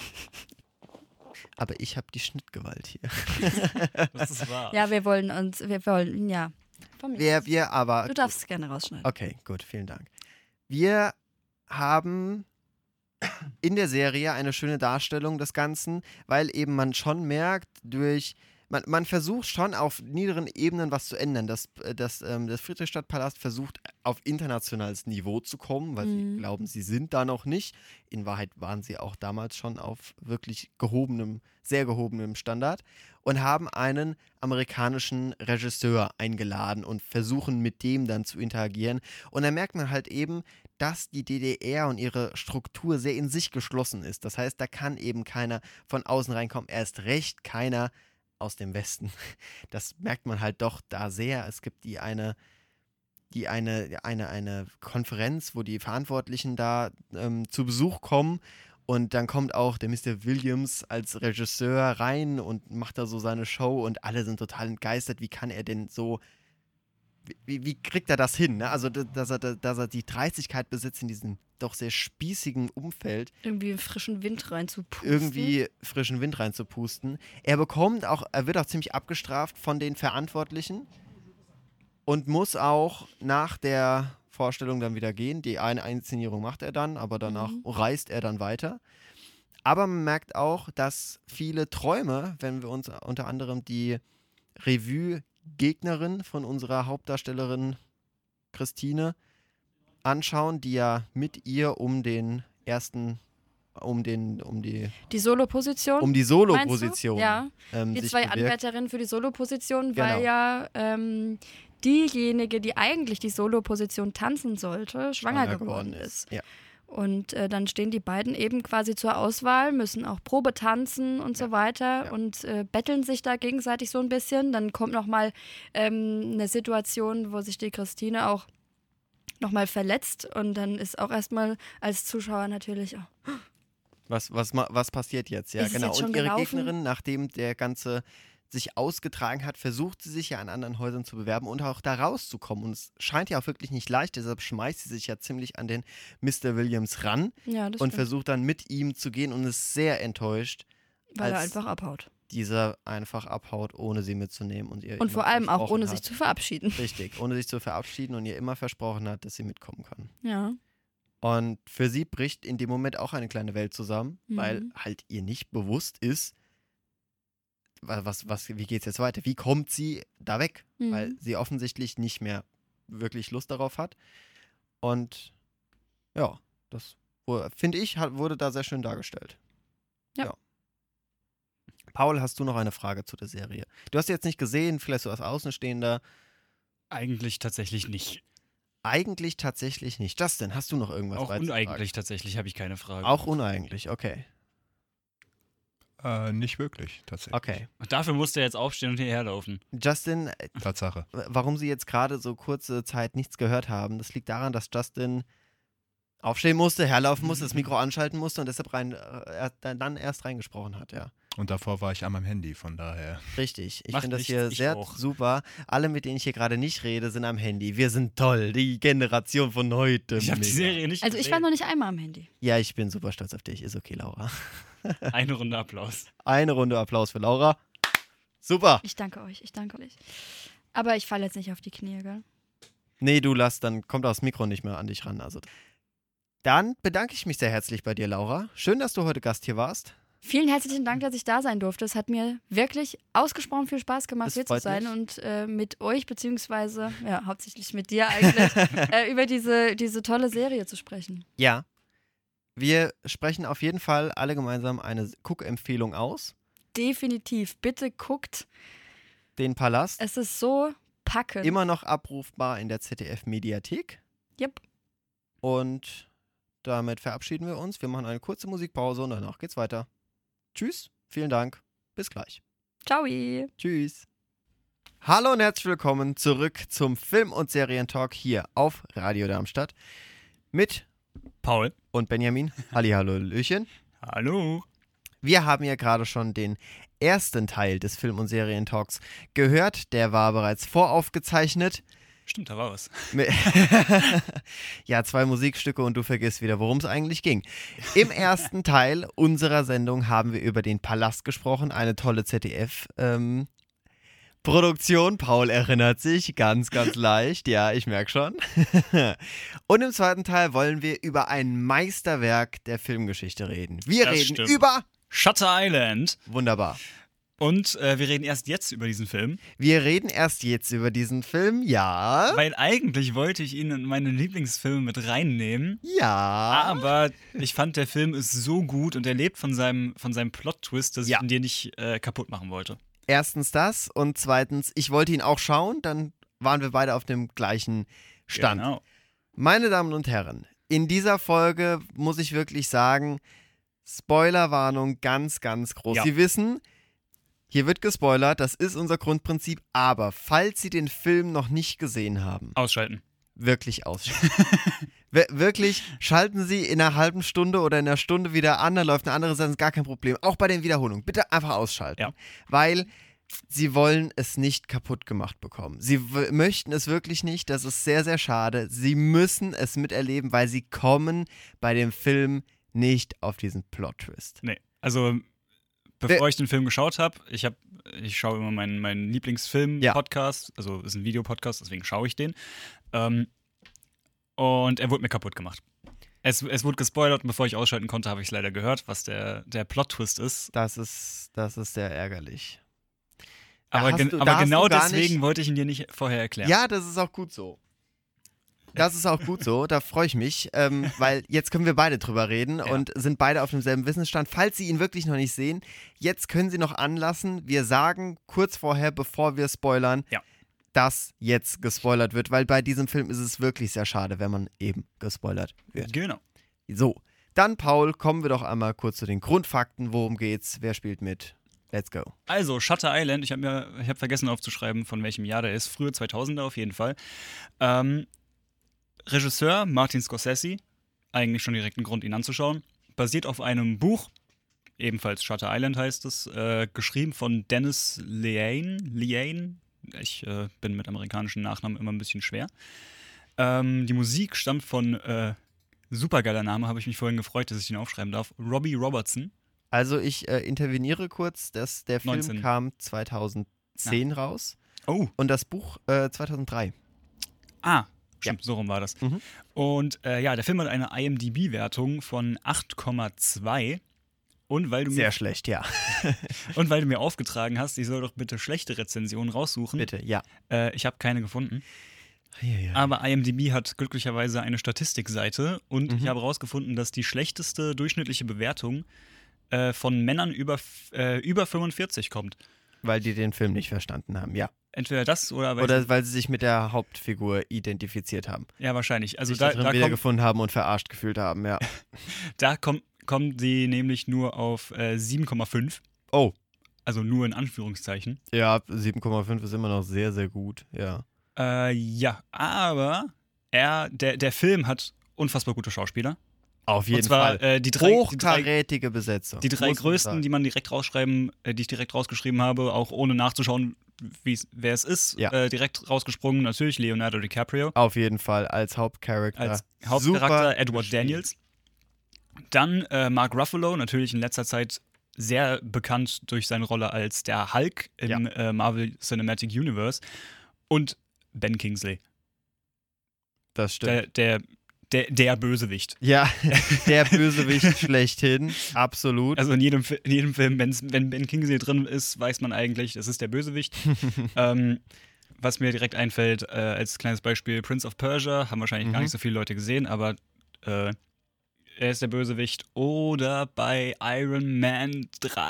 Aber ich habe die Schnittgewalt hier. Das ist wahr. Ja, wir wollen, ja. Von mir aus. Du darfst es gerne rausschneiden. Okay, gut, vielen Dank. Wir haben in der Serie eine schöne Darstellung des Ganzen, weil eben man schon merkt, man versucht schon auf niederen Ebenen was zu ändern. Das Friedrichstadtpalast versucht auf internationales Niveau zu kommen, weil sie glauben, sie sind da noch nicht. In Wahrheit waren sie auch damals schon auf wirklich sehr gehobenem Standard und haben einen amerikanischen Regisseur eingeladen und versuchen mit dem dann zu interagieren. Und dann merkt man halt eben, dass die DDR und ihre Struktur sehr in sich geschlossen ist. Das heißt, da kann eben keiner von außen reinkommen, erst recht keiner aus dem Westen. Das merkt man halt doch da sehr. Es gibt eine Konferenz, wo die Verantwortlichen da zu Besuch kommen und dann kommt auch der Mr. Williams als Regisseur rein und macht da so seine Show und alle sind total entgeistert. Wie kann er denn so, wie kriegt er das hin? Ne? Also, dass er die Dreistigkeit besitzt in diesem doch sehr spießigen Umfeld. Irgendwie frischen Wind reinzupusten. Er wird auch ziemlich abgestraft von den Verantwortlichen und muss auch nach der Vorstellung dann wieder gehen. Die eine Inszenierung macht er dann, aber danach reist er dann weiter. Aber man merkt auch, dass viele Träume, wenn wir uns unter anderem die Revue-Gegnerin von unserer Hauptdarstellerin Christine anschauen, die ja mit ihr um die Die Solo-Position? um die Solo-Position Ja, die sich 2 bewirkt. Anwärterinnen für die Solo-Position, Genau. weil ja diejenige, die eigentlich die Solo-Position tanzen sollte, schwanger geworden ist. Ja. Und dann stehen die beiden eben quasi zur Auswahl, müssen auch Probe tanzen und so weiter Ja. und betteln sich da gegenseitig so ein bisschen. Dann kommt nochmal eine Situation, wo sich die Christine auch nochmal verletzt und dann ist auch erstmal als Zuschauer natürlich auch, Was passiert jetzt? Ja, Ist es genau. jetzt schon Und ihre gelaufen? Gegnerin, nachdem der Ganze sich ausgetragen hat, versucht sie sich ja an anderen Häusern zu bewerben und auch da rauszukommen. Und es scheint ja auch wirklich nicht leicht, deshalb schmeißt sie sich ja ziemlich an den Mr. Williams ran ja, das und stimmt, versucht dann mit ihm zu gehen und ist sehr enttäuscht, weil er als einfach abhaut. dieser einfach abhaut, ohne sie mitzunehmen. Und Und vor allem auch ohne sich sich zu verabschieden. Richtig, ohne sich zu verabschieden und ihr immer versprochen hat, dass sie mitkommen kann. Ja. Und für sie bricht in dem Moment auch eine kleine Welt zusammen, weil Mhm. halt ihr nicht bewusst ist, wie geht's jetzt weiter? Wie kommt sie da weg? Mhm. Weil sie offensichtlich nicht mehr wirklich Lust darauf hat. Und ja, das finde ich, wurde da sehr schön dargestellt. Ja. Paul, hast du noch eine Frage zu der Serie? Du hast sie jetzt nicht gesehen, vielleicht so als Außenstehender. Eigentlich tatsächlich nicht. Eigentlich tatsächlich nicht. Justin, hast du noch irgendwas Auch beizutragen? uneigentlich tatsächlich habe ich keine Frage. Auch uneigentlich, okay. Nicht wirklich, tatsächlich. Okay. Und dafür musste er jetzt aufstehen und hierher laufen. Justin, Tatsache. warum Sie jetzt gerade so kurze Zeit nichts gehört haben, das liegt daran, dass Justin aufstehen musste, herlaufen musste, das Mikro anschalten musste und deshalb dann erst reingesprochen hat, ja. Und davor war ich an meinem Handy, von daher. Richtig. Ich Macht finde das nichts, hier ich sehr auch. super. Alle, mit denen ich hier gerade nicht rede, sind am Handy. Wir sind toll. Die Generation von heute. Ich habe die Mega. Serie nicht Also ich gesehen. war noch nicht einmal am Handy. Ja, ich bin super stolz auf dich. Ist okay, Laura. Eine Runde Applaus. Eine Runde Applaus für Laura. Super. Ich danke euch. Aber ich falle jetzt nicht auf die Knie, gell? Nee, dann kommt auch das Mikro nicht mehr an dich ran. Also. Dann bedanke ich mich sehr herzlich bei dir, Laura. Schön, dass du heute Gast hier warst. Vielen herzlichen Dank, dass ich da sein durfte. Es hat mir wirklich ausgesprochen viel Spaß gemacht, Das hier zu freut sein mich. und mit euch, beziehungsweise ja, hauptsächlich mit dir eigentlich, über diese tolle Serie zu sprechen. Ja. Wir sprechen auf jeden Fall alle gemeinsam eine Guck-Empfehlung aus. Definitiv. Bitte guckt. Den Palast. Es ist so packend. Immer noch abrufbar in der ZDF-Mediathek. Yep. Und damit verabschieden wir uns. Wir machen eine kurze Musikpause und danach geht's weiter. Tschüss, vielen Dank, bis gleich. Ciao. Tschüss. Hallo und herzlich willkommen zurück zum Film- und Serientalk hier auf Radio Darmstadt mit Paul. und Benjamin. Hallihallo, Hallöchen. Hallo. Wir haben ja gerade schon den ersten Teil des Film- und Serientalks gehört. Der war bereits voraufgezeichnet. Stimmt, da war was. Ja, 2 Musikstücke und du vergisst wieder, worum es eigentlich ging. Im ersten Teil unserer Sendung haben wir über den Palast gesprochen, eine tolle ZDF-Produktion. Paul erinnert sich ganz, ganz leicht. Ja, ich merke schon. Und im zweiten Teil wollen wir über ein Meisterwerk der Filmgeschichte reden. Wir Das reden stimmt. über... Shutter Island. Wunderbar. Und wir reden erst jetzt über diesen Film, Wir reden erst jetzt über diesen Film, ja. weil eigentlich wollte ich ihn in meine Lieblingsfilme mit reinnehmen. Ja. Aber ich fand, der Film ist so gut und er lebt von seinem Plot-Twist, dass Ja. ich ihn dir nicht kaputt machen wollte. Erstens das und zweitens, ich wollte ihn auch schauen, dann waren wir beide auf dem gleichen Stand. Genau. Meine Damen und Herren, in dieser Folge muss ich wirklich sagen, Spoilerwarnung ganz, ganz groß. Ja. Sie wissen, hier wird gespoilert, das ist unser Grundprinzip, aber falls Sie den Film noch nicht gesehen haben, Ausschalten. wirklich ausschalten. Wirklich, schalten Sie in einer halben Stunde oder in einer Stunde wieder an, dann läuft eine andere Seite, ist gar kein Problem. Auch bei den Wiederholungen, bitte einfach ausschalten. Ja. Weil Sie wollen es nicht kaputt gemacht bekommen. Sie möchten es wirklich nicht, das ist sehr, sehr schade. Sie müssen es miterleben, weil Sie kommen bei dem Film nicht auf diesen Plot-Twist. Nee, also bevor ich den Film geschaut habe, ich schaue immer meinen Lieblingsfilm-Podcast, also ist ein Videopodcast, deswegen schaue ich den. Und er wurde mir kaputt gemacht. Es wurde gespoilert und bevor ich ausschalten konnte, habe ich es leider gehört, was der Plot-Twist ist. Das ist sehr ärgerlich. Aber Da hast genau du gar deswegen nicht- wollte ich ihn dir nicht vorher erklären. Ja, das ist auch gut so. Das ist auch gut so, da freue ich mich, weil jetzt können wir beide drüber reden und sind beide auf demselben Wissensstand. Falls Sie ihn wirklich noch nicht sehen, jetzt können Sie noch anlassen. Wir sagen kurz vorher, bevor wir spoilern, dass jetzt gespoilert wird, weil bei diesem Film ist es wirklich sehr schade, wenn man eben gespoilert wird. Genau. So, dann Paul, kommen wir doch einmal kurz zu den Grundfakten. Worum geht's? Wer spielt mit? Let's go. Also, Shutter Island, ich hab vergessen aufzuschreiben, von welchem Jahr der ist. Frühe 2000er auf jeden Fall. Regisseur Martin Scorsese, eigentlich schon direkt ein Grund, ihn anzuschauen. Basiert auf einem Buch, ebenfalls Shutter Island heißt es, geschrieben von Dennis Lehane. Ich bin mit amerikanischen Nachnamen immer ein bisschen schwer. Die Musik stammt von, supergeiler Name, habe ich mich vorhin gefreut, dass ich ihn aufschreiben darf, Robbie Robertson. Also ich interveniere kurz, dass der Film kam 2010 raus und das Buch 2003. Stimmt, so rum war das. Und der Film hat eine IMDb-Wertung von 8,2. Und weil du Sehr schlecht, ja. Und weil du mir aufgetragen hast, ich soll doch bitte schlechte Rezensionen raussuchen. Bitte, ja. Ich habe keine gefunden. Ja. Aber IMDb hat glücklicherweise eine Statistikseite und ich habe herausgefunden, dass die schlechteste durchschnittliche Bewertung von Männern über 45 kommt. Weil die den Film nicht verstanden haben, ja. Entweder das oder weil sie sich mit der Hauptfigur identifiziert haben. Ja, wahrscheinlich. Also sich da wiedergefunden haben und verarscht gefühlt haben, ja. Da kommen sie nämlich nur auf 7,5. Oh. Also nur in Anführungszeichen. Ja, 7,5 ist immer noch sehr, sehr gut, ja. Aber der Film hat unfassbar gute Schauspieler. Auf jeden Fall. Hochkarätige Besetzung. Die drei größten, die ich direkt rausgeschrieben habe, auch ohne nachzuschauen, wer es ist, direkt rausgesprungen. Natürlich Leonardo DiCaprio. Auf jeden Fall, als Hauptcharakter. Als Hauptcharakter Super Edward Daniels. Dann Mark Ruffalo, natürlich in letzter Zeit sehr bekannt durch seine Rolle als der Hulk im Marvel Cinematic Universe. Und Ben Kingsley. Das stimmt. Der Bösewicht. Ja, der Bösewicht schlechthin, absolut. Also in jedem Film, wenn Ben Kingsley drin ist, weiß man eigentlich, das ist der Bösewicht. Was mir direkt einfällt, als kleines Beispiel, Prince of Persia, haben wahrscheinlich gar nicht so viele Leute gesehen, aber er ist der Bösewicht. Oder bei Iron Man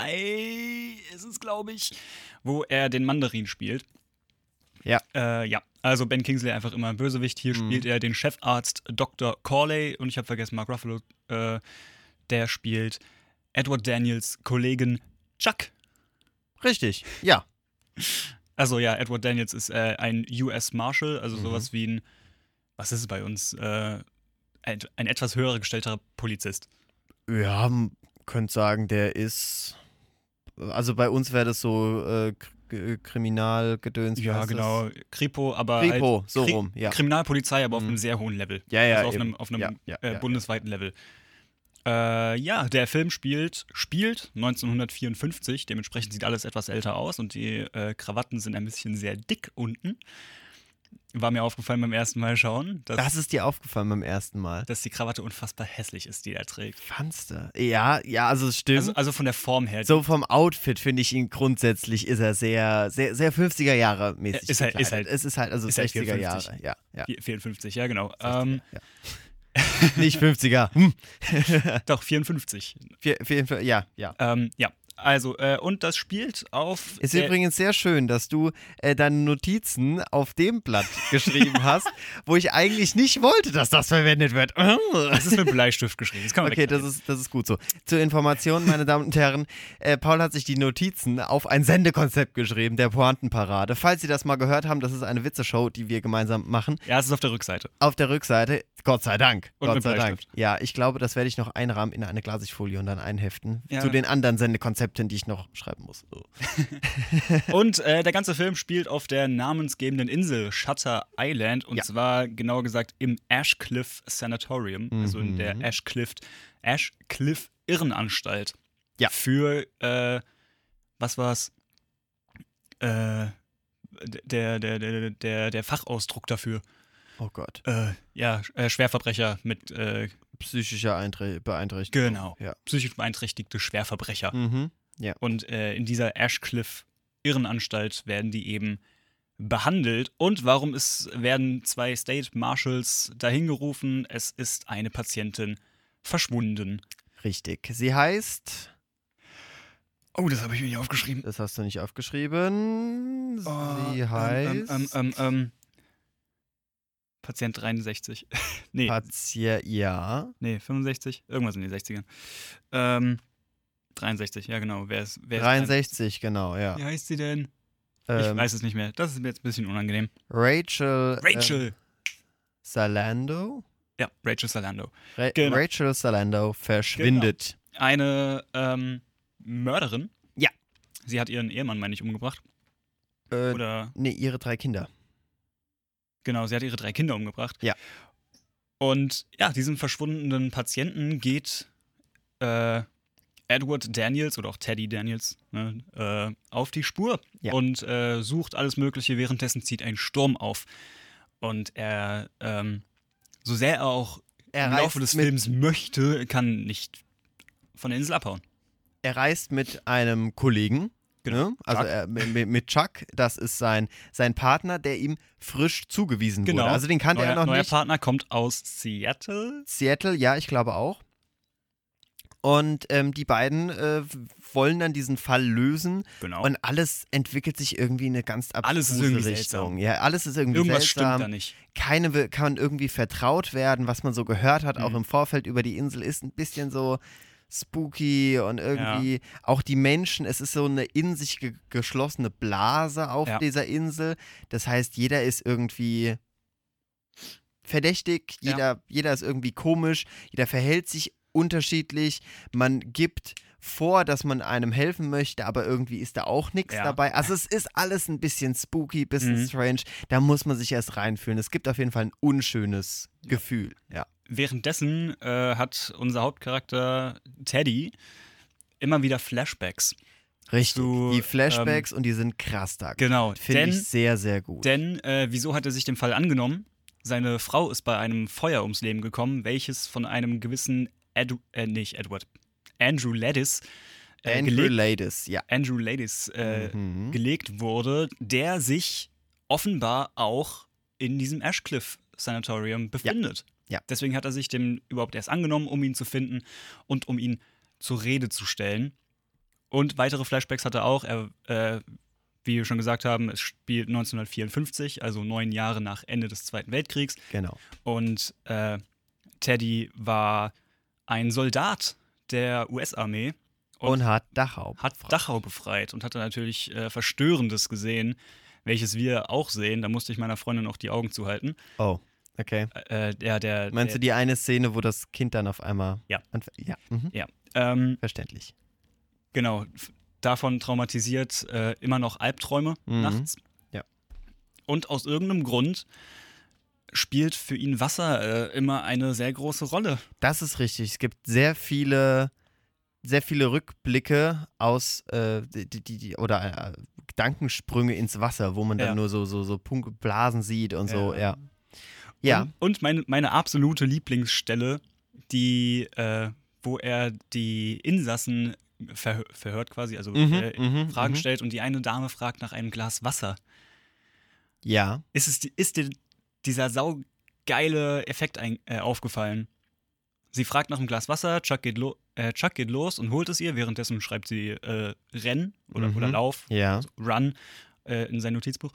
3 ist es, glaube ich, wo er den Mandarin spielt. Ja. Also Ben Kingsley einfach immer ein Bösewicht. Hier spielt er den Chefarzt Dr. Corley und ich habe vergessen, Mark Ruffalo, der spielt Edward Daniels Kollegen Chuck. Richtig, ja. Also ja, Edward Daniels ist ein US Marshal, also sowas wie ein, was ist es bei uns, ein etwas höher gestellter Polizist. Ja, man könnte sagen, der ist, also bei uns wäre das so Kriminalgedöns. Ja, genau. Kripo, aber Kripo, halt so rum, ja. Kriminalpolizei, aber auf einem sehr hohen Level. Ja, also auf einem bundesweiten Level. Der Film spielt 1954, dementsprechend sieht alles etwas älter aus und die Krawatten sind ein bisschen sehr dick unten. War mir aufgefallen beim ersten Mal schauen. Das ist dir aufgefallen beim ersten Mal? Dass die Krawatte unfassbar hässlich ist, die er trägt. Fandst du? Ja, also es stimmt. Also von der Form her. So vom Outfit finde ich ihn grundsätzlich, ist er sehr, sehr, sehr 50er Jahre mäßig. Es ist halt 60er Jahre. Ja. 54, ja genau. 60er, nicht 50er. Doch, 54. 54, ja. Also, und das spielt auf... Ist übrigens sehr schön, dass du deine Notizen auf dem Blatt geschrieben hast, wo ich eigentlich nicht wollte, dass das verwendet wird. Das ist mit Bleistift geschrieben. Das kann man das ist gut so. Zur Information, meine Damen und Herren, Paul hat sich die Notizen auf ein Sendekonzept geschrieben, der Pointenparade. Falls Sie das mal gehört haben, das ist eine Witzeshow, die wir gemeinsam machen. Ja, es ist auf der Rückseite. Auf der Rückseite, Gott sei Dank. Und Gott sei Dank. Ja, ich glaube, das werde ich noch einrahmen in eine Glasigfolie und dann einheften. Ja. Zu den anderen Sendekonzepten, die ich noch schreiben muss. So. Und der ganze Film spielt auf der namensgebenden Insel Shutter Island und zwar genauer gesagt im Ashcliff Sanatorium, also in der Ashcliff Irrenanstalt. Ja. Für, was war's? Der Fachausdruck dafür. Oh Gott. Schwerverbrecher mit psychischer Beeinträchtigung. Genau. Ja. Psychisch beeinträchtigte Schwerverbrecher. Ja. Und in dieser Ashcliff Irrenanstalt werden die eben behandelt und warum werden 2 State Marshals dahin gerufen? Es ist eine Patientin verschwunden. Richtig. Sie heißt. Oh, das habe ich mir nicht aufgeschrieben. Das hast du nicht aufgeschrieben. Sie heißt. Patient 63. Nee. Ja. Nee, 65. Irgendwas in den 60ern. 63, ja genau. Wer ist 63, genau, ja. Wie heißt sie denn? Ich weiß es nicht mehr. Das ist mir jetzt ein bisschen unangenehm. Rachel Salando? Ja, Rachel Salando. Genau. Rachel Salando verschwindet. Genau. Eine Mörderin. Ja. Sie hat ihren Ehemann, meine ich, umgebracht. Oder? Nee, ihre 3 Kinder. Genau, sie hat ihre 3 Kinder umgebracht. Ja. Und ja, diesem verschwundenen Patienten geht Edward Daniels oder auch Teddy Daniels auf die Spur und sucht alles Mögliche. Währenddessen zieht ein Sturm auf. Und er, so sehr er auch im Laufe des Films möchte, kann nicht von der Insel abhauen. Er reist mit einem Kollegen. Genau. Ne? Also mit Chuck, das ist sein Partner, der ihm frisch zugewiesen wurde. Also den kannte er noch nicht. Neuer Partner kommt aus Seattle. Seattle, ja, ich glaube auch. Und die beiden wollen dann diesen Fall lösen. Genau. Und alles entwickelt sich irgendwie in eine ganz abstruse Richtung. Seltsam. Ja, alles ist irgendwie Irgendwas seltsam. stimmt da nicht. Keine kann irgendwie vertraut werden, was man so gehört hat, auch im Vorfeld über die Insel, ist ein bisschen so spooky und irgendwie auch die Menschen, es ist so eine in sich geschlossene Blase auf dieser Insel. Das heißt, jeder ist irgendwie verdächtig, jeder ist irgendwie komisch, jeder verhält sich unterschiedlich. Man gibt vor, dass man einem helfen möchte, aber irgendwie ist da auch nichts dabei. Also es ist alles ein bisschen spooky, bisschen strange. Da muss man sich erst reinfühlen. Es gibt auf jeden Fall ein unschönes Gefühl. Ja. Währenddessen hat unser Hauptcharakter Teddy immer wieder Flashbacks. Richtig, die Flashbacks und die sind krass da. Genau. Finde ich sehr, sehr gut. Denn wieso hat er sich dem Fall angenommen? Seine Frau ist bei einem Feuer ums Leben gekommen, welches von einem gewissen Andrew Ladis gelegt wurde, der sich offenbar auch in diesem Ashcliff Sanatorium befindet. Ja. Deswegen hat er sich dem überhaupt erst angenommen, um ihn zu finden und um ihn zur Rede zu stellen. Und weitere Flashbacks hat er auch. Wie wir schon gesagt haben, es spielt 1954, also 9 Jahre nach Ende des Zweiten Weltkriegs. Genau. Und Teddy war ein Soldat der US-Armee. Und hat Dachau befreit und hatte natürlich Verstörendes gesehen, welches wir auch sehen. Da musste ich meiner Freundin auch die Augen zuhalten. Oh, okay. Meinst du die eine Szene, wo das Kind dann auf einmal... Ja. Ja. Verständlich. Genau. Davon traumatisiert immer noch Albträume nachts. Ja. Und aus irgendeinem Grund spielt für ihn Wasser immer eine sehr große Rolle. Das ist richtig. Es gibt sehr viele Rückblicke aus Gedankensprünge ins Wasser, wo man dann nur so Blasen sieht und so, ja. Ja. Und meine absolute Lieblingsstelle, wo er die Insassen verhört quasi, also Fragen stellt und die eine Dame fragt nach einem Glas Wasser. Ja. Ist dir dieser saugeile Effekt aufgefallen? Sie fragt nach einem Glas Wasser, Chuck geht los und holt es ihr, währenddessen schreibt sie Renn oder Lauf, also Run in sein Notizbuch.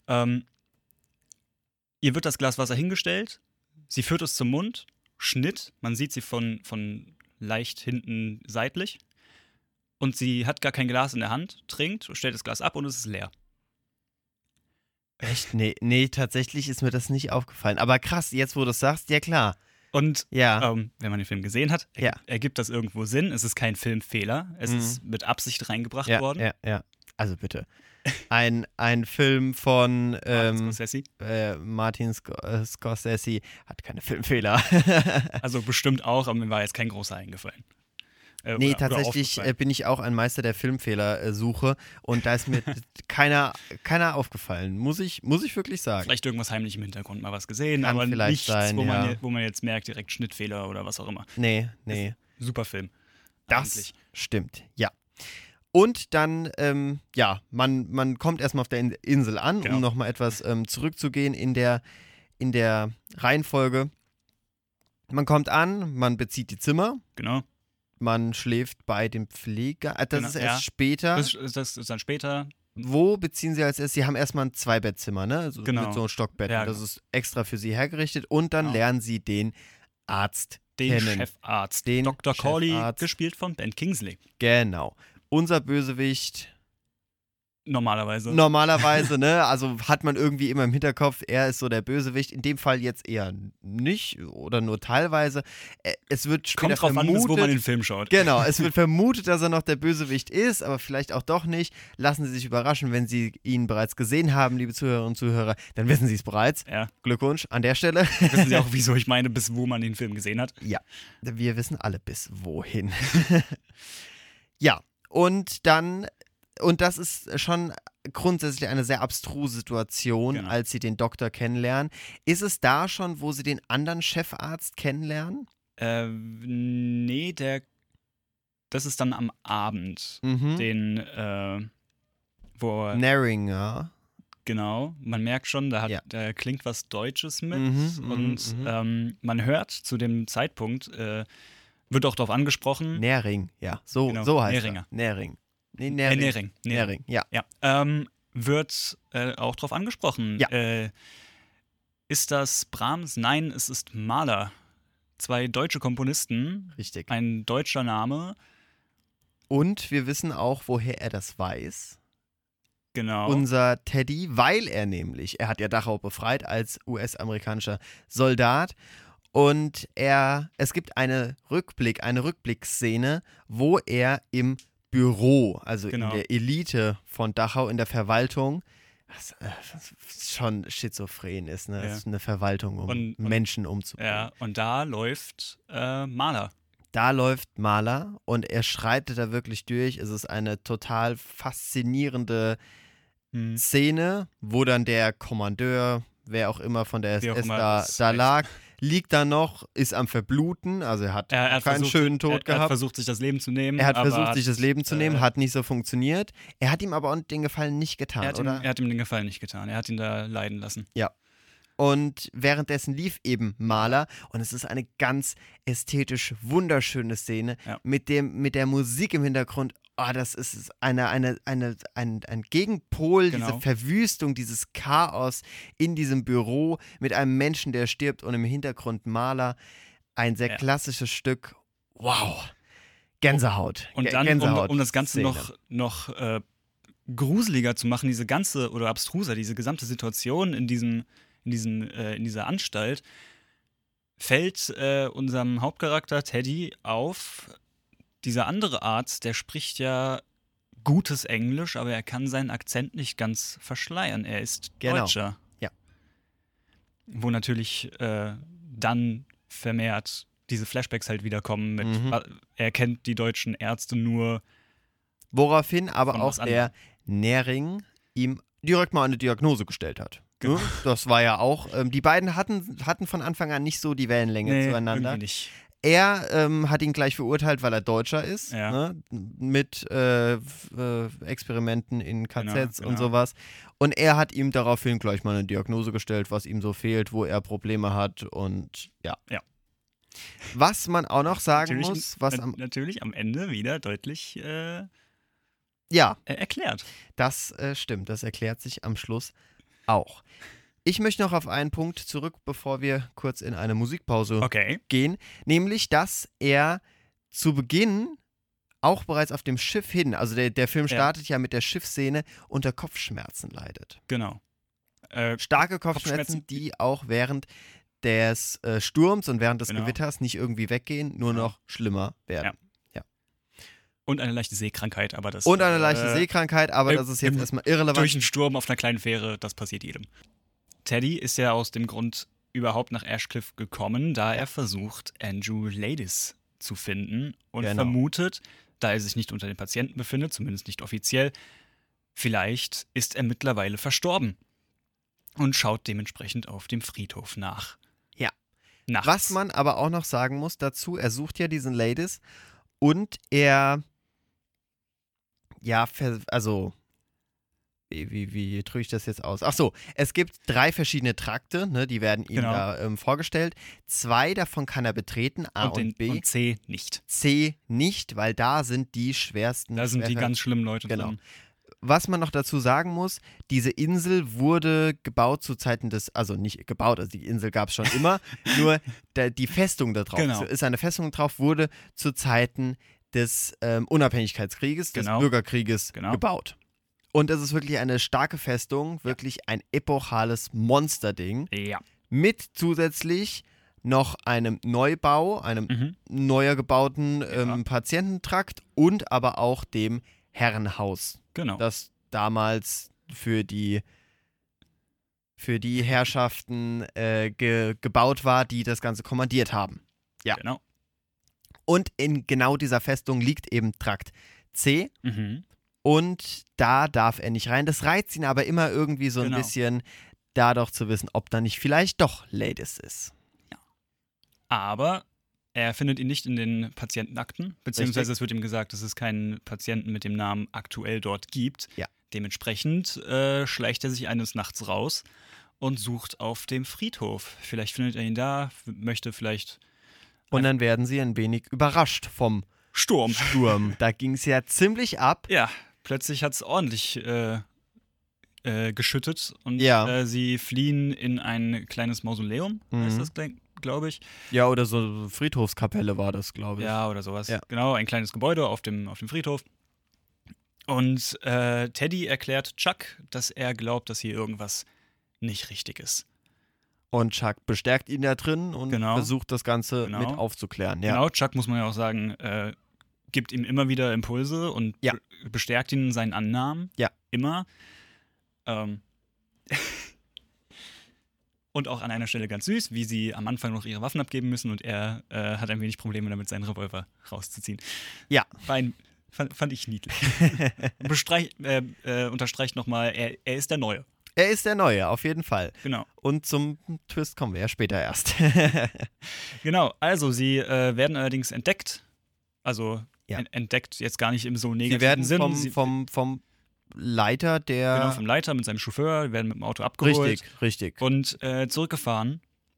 Ihr wird das Glas Wasser hingestellt, sie führt es zum Mund, Schnitt, man sieht sie von leicht hinten seitlich und sie hat gar kein Glas in der Hand, trinkt, stellt das Glas ab und es ist leer. Echt? Nee, tatsächlich ist mir das nicht aufgefallen. Aber krass, jetzt wo du es sagst, ja klar. Und wenn man den Film gesehen hat, ergibt das irgendwo Sinn. Es ist kein Filmfehler. Es ist mit Absicht reingebracht worden. Ja. Also bitte. Ein Film von Martin Scorsese hat keine Filmfehler. Also bestimmt auch, aber mir war jetzt kein großer eingefallen. Nee, tatsächlich bin ich auch ein Meister der Filmfehlersuche und da ist mir keiner aufgefallen, muss ich wirklich sagen. Vielleicht irgendwas heimlich im Hintergrund mal was gesehen, kann aber nichts, sein, wo man jetzt merkt, direkt Schnittfehler oder was auch immer. Nee. Super Film. Das stimmt, ja. Und dann, man kommt erstmal auf der Insel an, Genau. um nochmal etwas zurückzugehen in der Reihenfolge. Man kommt an, man bezieht die Zimmer, Genau. man schläft bei dem Pfleger. Das Genau, ist erst ja. später. Das ist dann später. Wo beziehen Sie als erstes? Sie haben erstmal ein Zweibettzimmer, ne? Also Genau. mit so einem Stockbett. Ja, Das ist extra für Sie hergerichtet. Und dann Genau. lernen Sie den Arzt Den kennen. Chefarzt. Den Dr. Corley, Chefarzt. gespielt von Ben Kingsley. Genau. Unser Bösewicht. Normalerweise. Ne? Also hat man irgendwie immer im Hinterkopf, er ist so der Bösewicht. In dem Fall jetzt eher nicht oder nur teilweise. Es wird später Kommt drauf an, bis wo man den Film schaut. Genau, es wird vermutet, dass er noch der Bösewicht ist, aber vielleicht auch doch nicht. Lassen Sie sich überraschen, wenn Sie ihn bereits gesehen haben, liebe Zuhörerinnen und Zuhörer, dann wissen Sie es bereits. Ja. Glückwunsch an der Stelle. Wissen Sie auch, wieso ich meine, bis wo man den Film gesehen hat? Ja, wir wissen alle bis wohin. Ja, und das ist schon grundsätzlich eine sehr abstruse Situation, Genau. als Sie den Doktor kennenlernen. Ist es da schon, wo Sie den anderen Chefarzt kennenlernen? Nee, das ist dann am Abend. Mhm. Wo Naringer. genau, man merkt schon, da klingt was Deutsches mit und man hört zu dem Zeitpunkt, wird auch darauf angesprochen. Nähring, ja, so heißt Nähringer. er. Nähring. Nee, Nähring. Nähring. Ja. Wird auch darauf angesprochen. Ja. Ist das Brahms? Nein, es ist Mahler. 2 deutsche Komponisten, Richtig. ein deutscher Name. Und wir wissen auch, woher er das weiß. Genau. Unser Teddy, weil er hat ja Dachau befreit als US-amerikanischer Soldat. Und es gibt eine Rückblickszene, wo er im Büro, also Genau. in der Elite von Dachau, in der Verwaltung, was schon schizophren ist, ne? Ja. Das ist eine Verwaltung, um Und- Menschen umzubringen. Ja, und da läuft Mahler. Da läuft Mahler und er schreitet da wirklich durch. Es ist eine total faszinierende Szene, wo dann der Kommandeur, wer auch immer von der Wie auch SS immer, da ist lag, liegt da noch, ist am Verbluten, also er hat keinen schönen Tod Er hat gehabt. versucht, sich das Leben zu nehmen. Er hat aber versucht, sich das Leben zu nehmen, hat nicht so funktioniert. Er hat ihm aber auch den Gefallen nicht getan, oder? Er hat ihm den Gefallen nicht getan. Er hat ihn da leiden lassen. Ja. Und währenddessen lief eben Mahler und es ist eine ganz ästhetisch wunderschöne Szene mit der Musik im Hintergrund. Oh, das ist ein Gegenpol, Genau. diese Verwüstung, dieses Chaos in diesem Büro mit einem Menschen, der stirbt und im Hintergrund Mahler. Ein sehr klassisches Stück. Wow. Gänsehaut. Und dann, Gänsehaut um das Ganze Szene. noch gruseliger zu machen, diese ganze, oder abstruser, diese gesamte Situation in dieser Anstalt, fällt unserem Hauptcharakter Teddy auf, dieser andere Arzt, der spricht ja gutes Englisch, aber er kann seinen Akzent nicht ganz verschleiern. Er ist Deutscher. Ja. Wo natürlich dann vermehrt diese Flashbacks halt wiederkommen mit, er kennt die deutschen Ärzte nur. Woraufhin aber von auch was der Nähring ihm direkt mal eine Diagnose gestellt hat. Genau. Ne? Das war ja auch, die beiden hatten von Anfang an nicht so die Wellenlänge zueinander. Irgendwie nicht. Er hat ihn gleich verurteilt, weil er Deutscher ist, Ja. ne? Mit Experimenten in KZs Genau. und sowas. Und er hat ihm daraufhin gleich mal eine Diagnose gestellt, was ihm so fehlt, wo er Probleme hat und ja. Ja. Was man auch noch sagen muss, natürlich am Ende wieder deutlich ja, erklärt. das stimmt, das erklärt sich am Schluss auch. Ich möchte noch auf einen Punkt zurück, bevor wir kurz in eine Musikpause gehen, nämlich, dass er zu Beginn auch bereits auf dem Schiff hin, also der Film startet ja mit der Schiffsszene, unter Kopfschmerzen leidet. Genau. Starke Kopfschmerzen, die auch während des Sturms und während des Gewitters nicht irgendwie weggehen, nur noch schlimmer werden. Ja. Und eine leichte Seekrankheit, aber das. Und eine leichte Seekrankheit, aber das ist jetzt erstmal irrelevant. Durch einen Sturm auf einer kleinen Fähre, das passiert jedem. Teddy ist ja aus dem Grund überhaupt nach Ashcliff gekommen, da er versucht, Andrew Ladis zu finden und vermutet, da er sich nicht unter den Patienten befindet, zumindest nicht offiziell, vielleicht ist er mittlerweile verstorben und schaut dementsprechend auf dem Friedhof nach. Ja. Nachts. Was man aber auch noch sagen muss dazu, er sucht ja diesen Ladis und er also wie drücke ich das jetzt aus? Ach so, es gibt 3 verschiedene Trakte, ne, die werden ihm da vorgestellt. 2 davon kann er betreten, A und B. Und C nicht. C nicht, weil da sind die schwersten. Da sind die ganz schlimmen Leute genau. drin. Was man noch dazu sagen muss, diese Insel wurde gebaut zu Zeiten also nicht gebaut, also die Insel gab es schon immer, nur die Festung da drauf, Genau. ist eine Festung drauf, wurde zu Zeiten des Unabhängigkeitskrieges, des Bürgerkrieges gebaut. Und es ist wirklich eine starke Festung, wirklich ein epochales Monsterding. Ja. Mit zusätzlich noch einem Neubau, einem neuer gebauten Patiententrakt und aber auch dem Herrenhaus. Genau. Das damals für die Herrschaften gebaut war, die das Ganze kommandiert haben. Ja. Genau. Und in genau dieser Festung liegt eben Trakt C. Mhm. Und da darf er nicht rein. Das reizt ihn aber immer irgendwie so ein bisschen, da doch zu wissen, ob da nicht vielleicht doch Ladies ist. Ja. Aber er findet ihn nicht in den Patientenakten, beziehungsweise es wird ihm gesagt, dass es keinen Patienten mit dem Namen aktuell dort gibt. Ja. Dementsprechend schleicht er sich eines Nachts raus und sucht auf dem Friedhof. Vielleicht findet er ihn da, möchte vielleicht. Und dann werden sie ein wenig überrascht vom Sturm. Da ging es ja ziemlich ab. Ja, plötzlich hat es ordentlich geschüttet und sie fliehen in ein kleines Mausoleum, heißt das, glaube ich. Ja, oder so Friedhofskapelle war das, glaube ich. Ja, oder sowas. Ja. Genau, ein kleines Gebäude auf dem Friedhof. Und Teddy erklärt Chuck, dass er glaubt, dass hier irgendwas nicht richtig ist. Und Chuck bestärkt ihn da drin und versucht das Ganze mit aufzuklären. Ja. Genau, Chuck, muss man ja auch sagen, gibt ihm immer wieder Impulse und bestärkt ihn in seinen Annahmen. Ja. Immer. Und auch an einer Stelle ganz süß, wie sie am Anfang noch ihre Waffen abgeben müssen und er hat ein wenig Probleme damit, seinen Revolver rauszuziehen. Ja. Fand ich niedlich. Unterstreicht nochmal, er ist der Neue. Er ist der Neue, auf jeden Fall. Genau. Und zum Twist kommen wir ja später erst. Genau, also sie werden allerdings entdeckt. Also entdeckt jetzt gar nicht im so negativen Sinn. Sie werden vom Leiter der... Genau, vom Leiter mit seinem Chauffeur, werden mit dem Auto abgeholt. Richtig. Und zurückgefahren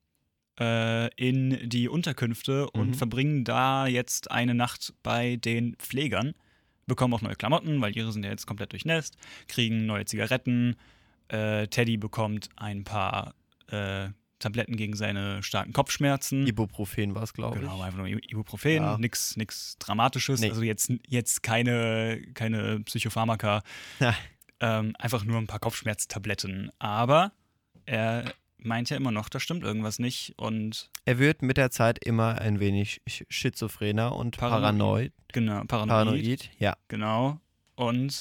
in die Unterkünfte und verbringen da jetzt eine Nacht bei den Pflegern. Bekommen auch neue Klamotten, weil ihre sind ja jetzt komplett durchnässt. Kriegen neue Zigaretten. Teddy bekommt ein paar Tabletten gegen seine starken Kopfschmerzen. Ibuprofen war es, glaube ich. Genau, einfach nur Ibuprofen, Ja. nix Dramatisches. Nee. Also jetzt keine Psychopharmaka. Einfach nur ein paar Kopfschmerztabletten. Aber er meint ja immer noch, da stimmt irgendwas nicht. Und er wird mit der Zeit immer ein wenig schizophrener und paranoid. Genau, Paranoid, ja. Genau. Und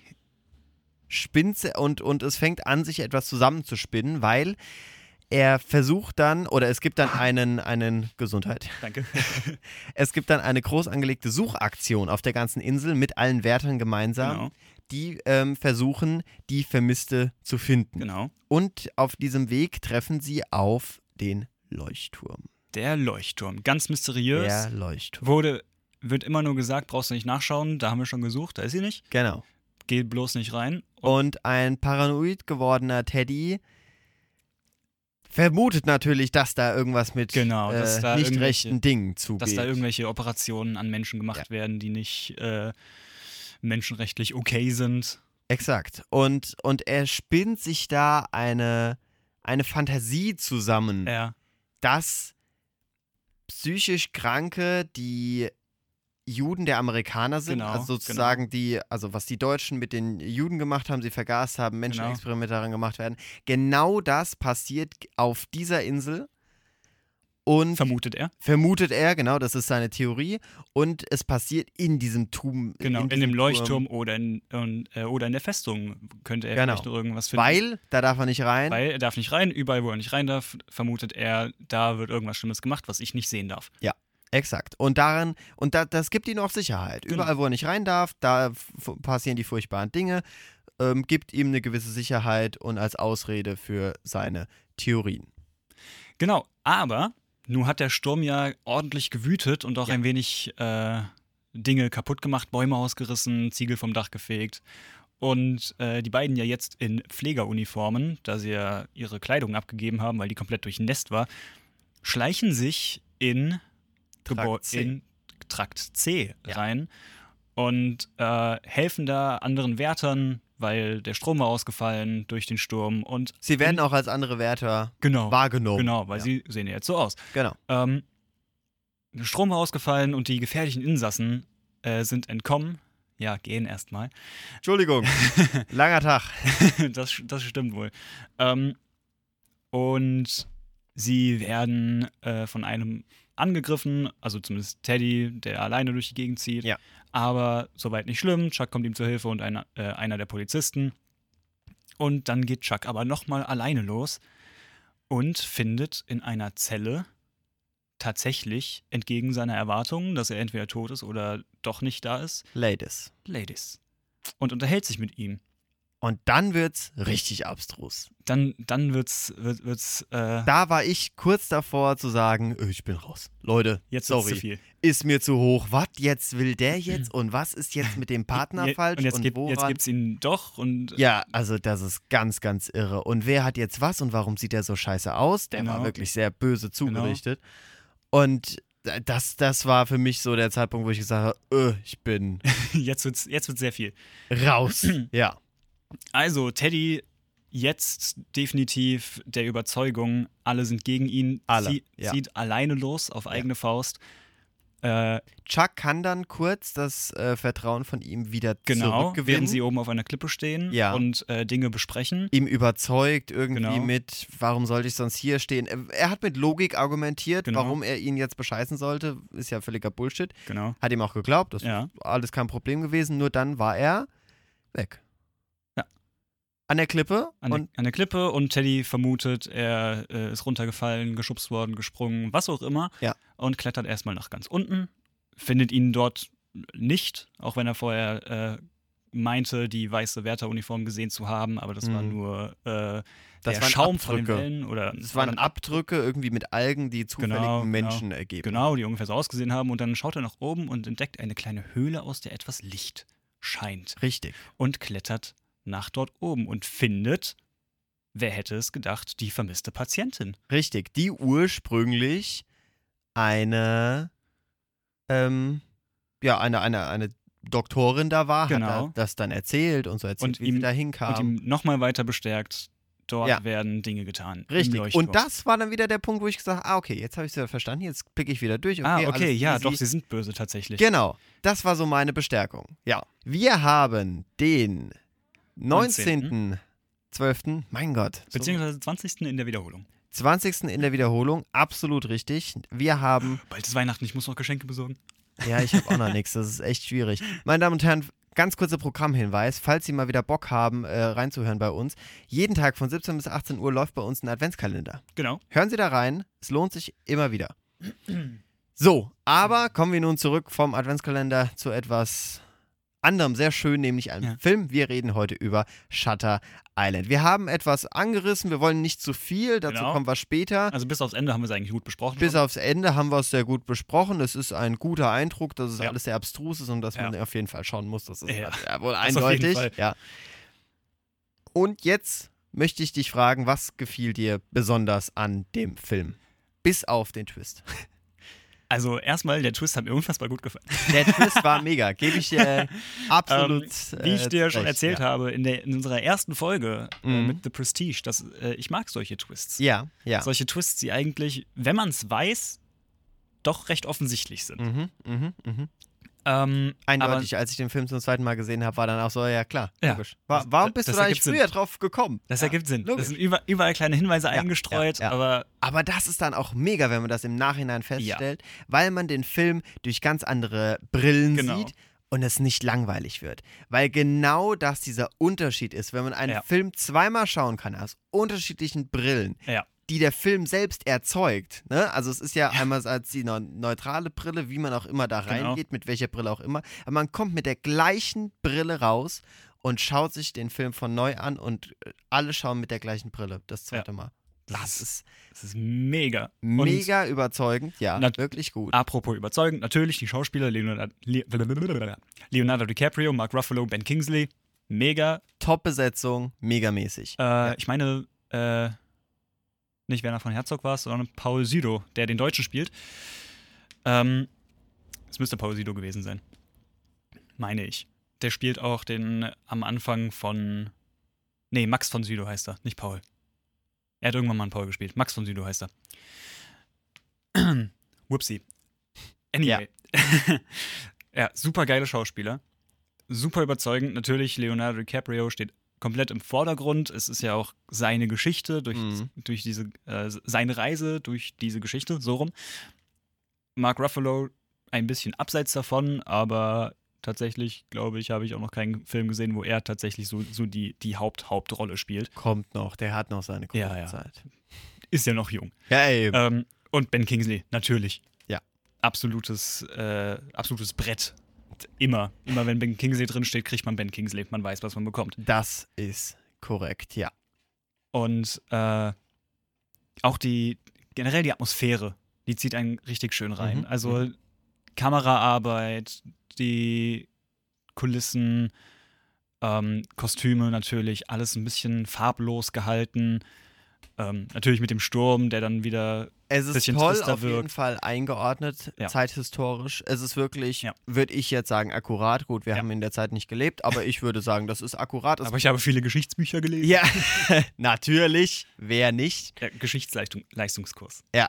spinnt und es fängt an, sich etwas zusammenzuspinnen, weil er versucht dann, oder es gibt dann einen Gesundheit. Danke. Es gibt dann eine groß angelegte Suchaktion auf der ganzen Insel mit allen Wärtern gemeinsam, Genau. die versuchen, die Vermisste zu finden. Genau. Und auf diesem Weg treffen sie auf den Leuchtturm. Der Leuchtturm, ganz mysteriös. Der Leuchtturm. Wird immer nur gesagt, brauchst du nicht nachschauen, da haben wir schon gesucht, da ist sie nicht. Genau. Geh bloß nicht rein. Und ein paranoid gewordener Teddy vermutet natürlich, dass da irgendwas mit dass da nicht rechten Dingen zugeht. Dass da irgendwelche Operationen an Menschen gemacht werden, die nicht menschenrechtlich okay sind. Exakt. Und er spinnt sich da eine Fantasie zusammen, dass psychisch Kranke, die Juden der Amerikaner sind, also sozusagen was die Deutschen mit den Juden gemacht haben, sie vergast haben, Menschenexperimente daran gemacht werden. Genau das passiert auf dieser Insel. Und vermutet er, genau, das ist seine Theorie. Und es passiert in diesem Turm. Genau, in dem Leuchtturm oder in der Festung könnte er vielleicht noch irgendwas finden. Weil, da darf er nicht rein. Weil er darf nicht rein, überall, wo er nicht rein darf, vermutet er, da wird irgendwas Schlimmes gemacht, was ich nicht sehen darf. Ja. Exakt. Und das gibt ihm auch Sicherheit. Genau. Überall, wo er nicht rein darf, da passieren die furchtbaren Dinge, gibt ihm eine gewisse Sicherheit und als Ausrede für seine Theorien. Genau, aber nun hat der Sturm ja ordentlich gewütet und auch ein wenig Dinge kaputt gemacht, Bäume ausgerissen, Ziegel vom Dach gefegt. Und die beiden ja jetzt in Pflegeruniformen, da sie ja ihre Kleidung abgegeben haben, weil die komplett durchnässt war, schleichen sich in Trakt C rein und helfen da anderen Wärtern, weil der Strom war ausgefallen durch den Sturm. Und sie werden auch als andere Wärter wahrgenommen. Genau, weil sie sehen ja jetzt so aus. Genau. Der Strom war ausgefallen und die gefährlichen Insassen sind entkommen. Ja, gehen erstmal. Entschuldigung, langer Tag. Das stimmt wohl. Und sie werden von einem angegriffen, also zumindest Teddy, der alleine durch die Gegend zieht. Ja. Aber soweit nicht schlimm. Chuck kommt ihm zur Hilfe und einer der Polizisten. Und dann geht Chuck aber nochmal alleine los und findet in einer Zelle tatsächlich entgegen seiner Erwartungen, dass er entweder tot ist oder doch nicht da ist. Ladies. Und unterhält sich mit ihm. Und dann wird's richtig abstrus. Dann wird's da war ich kurz davor zu sagen, ich bin raus. Leute, jetzt sorry, zu viel. Ist mir zu hoch. Was, jetzt will der jetzt? Und was ist jetzt mit dem Partner falsch? Und jetzt gibt's ihn doch. Und ja, also das ist ganz, ganz irre. Und wer hat jetzt was und warum sieht er so scheiße aus? Der war wirklich sehr böse zugerichtet. Genau. Und das war für mich so der Zeitpunkt, wo ich gesagt habe, ich bin jetzt wird's sehr viel. Raus. Ja. Also, Teddy jetzt definitiv der Überzeugung, alle sind gegen ihn, zieht alleine los auf eigene Faust. Chuck kann dann kurz das Vertrauen von ihm wieder zurückgewinnen. Während sie oben auf einer Klippe stehen und Dinge besprechen. Ihm überzeugt irgendwie mit, warum sollte ich sonst hier stehen? Er hat mit Logik argumentiert, warum er ihn jetzt bescheißen sollte. Ist ja völliger Bullshit. Genau. Hat ihm auch geglaubt, das ist alles kein Problem gewesen. Nur dann war er weg. An der Klippe? An der Klippe und Teddy vermutet, er ist runtergefallen, geschubst worden, gesprungen, was auch immer. Ja. Und klettert erstmal nach ganz unten, findet ihn dort nicht, auch wenn er vorher meinte, die weiße Wärteruniform gesehen zu haben, aber das war nur der Schaum von den Wellen. Das waren Abdrücke irgendwie mit Algen, die zufälligen Menschen ergeben. Genau, die ungefähr so ausgesehen haben. Und dann schaut er nach oben und entdeckt eine kleine Höhle, aus der etwas Licht scheint. Richtig. Und klettert nach dort oben und findet, wer hätte es gedacht, die vermisste Patientin. Richtig, die ursprünglich eine Doktorin da war, hat das dann erzählt und so erzählt, wie sie da hinkam. Und ihm nochmal weiter bestärkt, dort werden Dinge getan. Richtig, und das war dann wieder der Punkt, wo ich gesagt habe, okay, jetzt habe ich es wieder verstanden, jetzt blicke ich wieder durch. Okay, doch, sie sind böse tatsächlich. Genau, das war so meine Bestärkung. Ja, wir haben den 19.12., mein Gott. Beziehungsweise 20. in der Wiederholung. 20. in der Wiederholung, absolut richtig. Wir haben... Bald ist Weihnachten, ich muss noch Geschenke besorgen. Ja, ich habe auch noch nichts, das ist echt schwierig. Meine Damen und Herren, ganz kurzer Programmhinweis, falls Sie mal wieder Bock haben, reinzuhören bei uns. Jeden Tag von 17 bis 18 Uhr läuft bei uns ein Adventskalender. Genau. Hören Sie da rein, es lohnt sich immer wieder. So, aber kommen wir nun zurück vom Adventskalender zu etwas anderem, sehr schön, nämlich einem Film. Wir reden heute über Shutter Island. Wir haben etwas angerissen, wir wollen nicht zu viel, dazu kommen wir später. Also bis aufs Ende haben wir es eigentlich gut besprochen. Bis aufs Ende haben wir es sehr gut besprochen. Es ist ein guter Eindruck, dass es alles sehr abstrus ist und dass man auf jeden Fall schauen muss. Das ist wohl eindeutig. Ja. Und jetzt möchte ich dich fragen, was gefiel dir besonders an dem Film? Bis auf den Twist. Also erstmal, der Twist hat mir unfassbar gut gefallen. Der Twist war mega, gebe ich dir absolut wie ich dir schon erzählt habe in unserer ersten Folge mit The Prestige, ich mag solche Twists. Ja. Solche Twists, die eigentlich, wenn man es weiß, doch recht offensichtlich sind. Eindeutig, als ich den Film zum zweiten Mal gesehen habe, war dann auch so, ja klar, logisch. Warum bist du da nicht früher drauf gekommen? Das ergibt Sinn. Logisch. Das sind überall kleine Hinweise eingestreut, aber das ist dann auch mega, wenn man das im Nachhinein feststellt, weil man den Film durch ganz andere Brillen sieht und es nicht langweilig wird. Weil genau das dieser Unterschied ist, wenn man einen Film zweimal schauen kann, aus unterschiedlichen Brillen, die der Film selbst erzeugt. Ne? Also es ist ja einmal als die neutrale Brille, wie man auch immer da reingeht, mit welcher Brille auch immer. Aber man kommt mit der gleichen Brille raus und schaut sich den Film von neu an und alle schauen mit der gleichen Brille das zweite Mal. Das ist mega. mega überzeugend, ja, wirklich gut. Apropos überzeugend, natürlich die Schauspieler Leonardo DiCaprio, Mark Ruffalo, Ben Kingsley, mega. Top-Besetzung, megamäßig. Ich meine, nicht Werner von Herzog war es, sondern Paul Sido, der den Deutschen spielt. Es müsste Paul Sido gewesen sein. Meine ich. Der spielt auch den am Anfang von. Nee, Max von Sydow heißt er, nicht Paul. Er hat irgendwann mal einen Paul gespielt. Max von Sydow heißt er. Whoopsie. Anyway. Ja, super geile Schauspieler. Super überzeugend. Natürlich, Leonardo DiCaprio steht komplett im Vordergrund. Es ist ja auch seine Geschichte, durch diese, seine Reise durch diese Geschichte, so rum. Mark Ruffalo ein bisschen abseits davon, aber tatsächlich, glaube ich, habe ich auch noch keinen Film gesehen, wo er tatsächlich so die Hauptrolle spielt. Kommt noch, der hat noch seine kurze Zeit. Ist ja noch jung. Ja, eben. Und Ben Kingsley, natürlich. Ja. Absolutes Brett. Immer wenn Ben Kingsley drin steht, kriegt man Ben Kingsley. Man weiß, was man bekommt. Das ist korrekt, ja. Und auch generell die Atmosphäre, die zieht einen richtig schön rein. Also Kameraarbeit, die Kulissen, Kostüme natürlich, alles ein bisschen farblos gehalten. Natürlich mit dem Sturm, der dann wieder es ist bisschen toll trister auf wirkt. jeden Fall eingeordnet, Ja. zeithistorisch. Es ist wirklich, würde ich jetzt sagen, akkurat. Gut, wir haben in der Zeit nicht gelebt, aber ich würde sagen, das ist akkurat. Aber ich habe viele Geschichtsbücher gelesen. Ja, natürlich. Wer nicht? Ja, Geschichtsleistungskurs. Ja.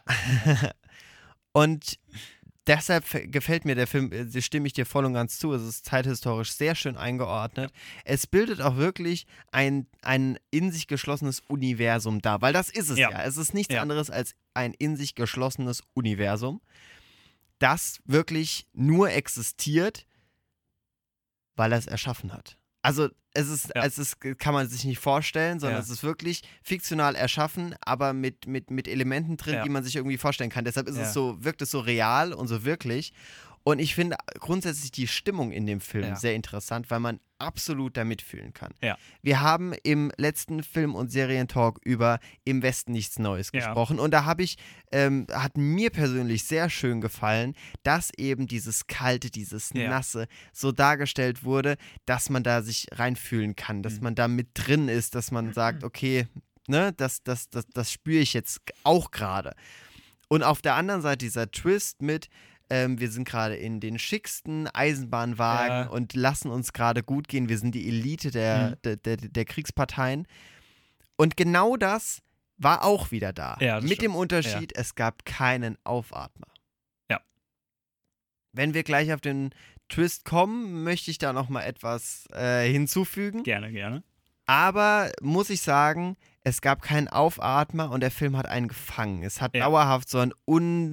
Und deshalb gefällt mir der Film, stimme ich dir voll und ganz zu. Es ist zeithistorisch sehr schön eingeordnet. Es bildet auch wirklich ein in sich geschlossenes Universum dar, weil das ist es ja. Es ist nichts anderes als ein in sich geschlossenes Universum, das wirklich nur existiert, weil er es erschaffen hat. Also es ist, kann man sich nicht vorstellen, sondern es ist wirklich fiktional erschaffen, aber mit Elementen drin, die man sich irgendwie vorstellen kann. Deshalb ist es wirkt es so real und so wirklich. Und ich finde grundsätzlich die Stimmung in dem Film sehr interessant, weil man absolut da mitfühlen kann. Ja. Wir haben im letzten Film- und Serientalk über Im Westen nichts Neues gesprochen. Und da hat mir persönlich sehr schön gefallen, dass eben dieses Kalte, dieses Nasse so dargestellt wurde, dass man da sich reinfühlen kann, dass man da mit drin ist, dass man sagt, okay, ne, das spüre ich jetzt auch gerade. Und auf der anderen Seite dieser Twist mit wir sind gerade in den schicksten Eisenbahnwagen und lassen uns gerade gut gehen. Wir sind die Elite der Kriegsparteien. Und genau das war auch wieder da. Ja, mit dem Unterschied, es gab keinen Aufatmer. Ja. Wenn wir gleich auf den Twist kommen, möchte ich da noch mal etwas hinzufügen. Gerne. Aber muss ich sagen, es gab keinen Aufatmer und der Film hat einen gefangen. Es hat dauerhaft so ein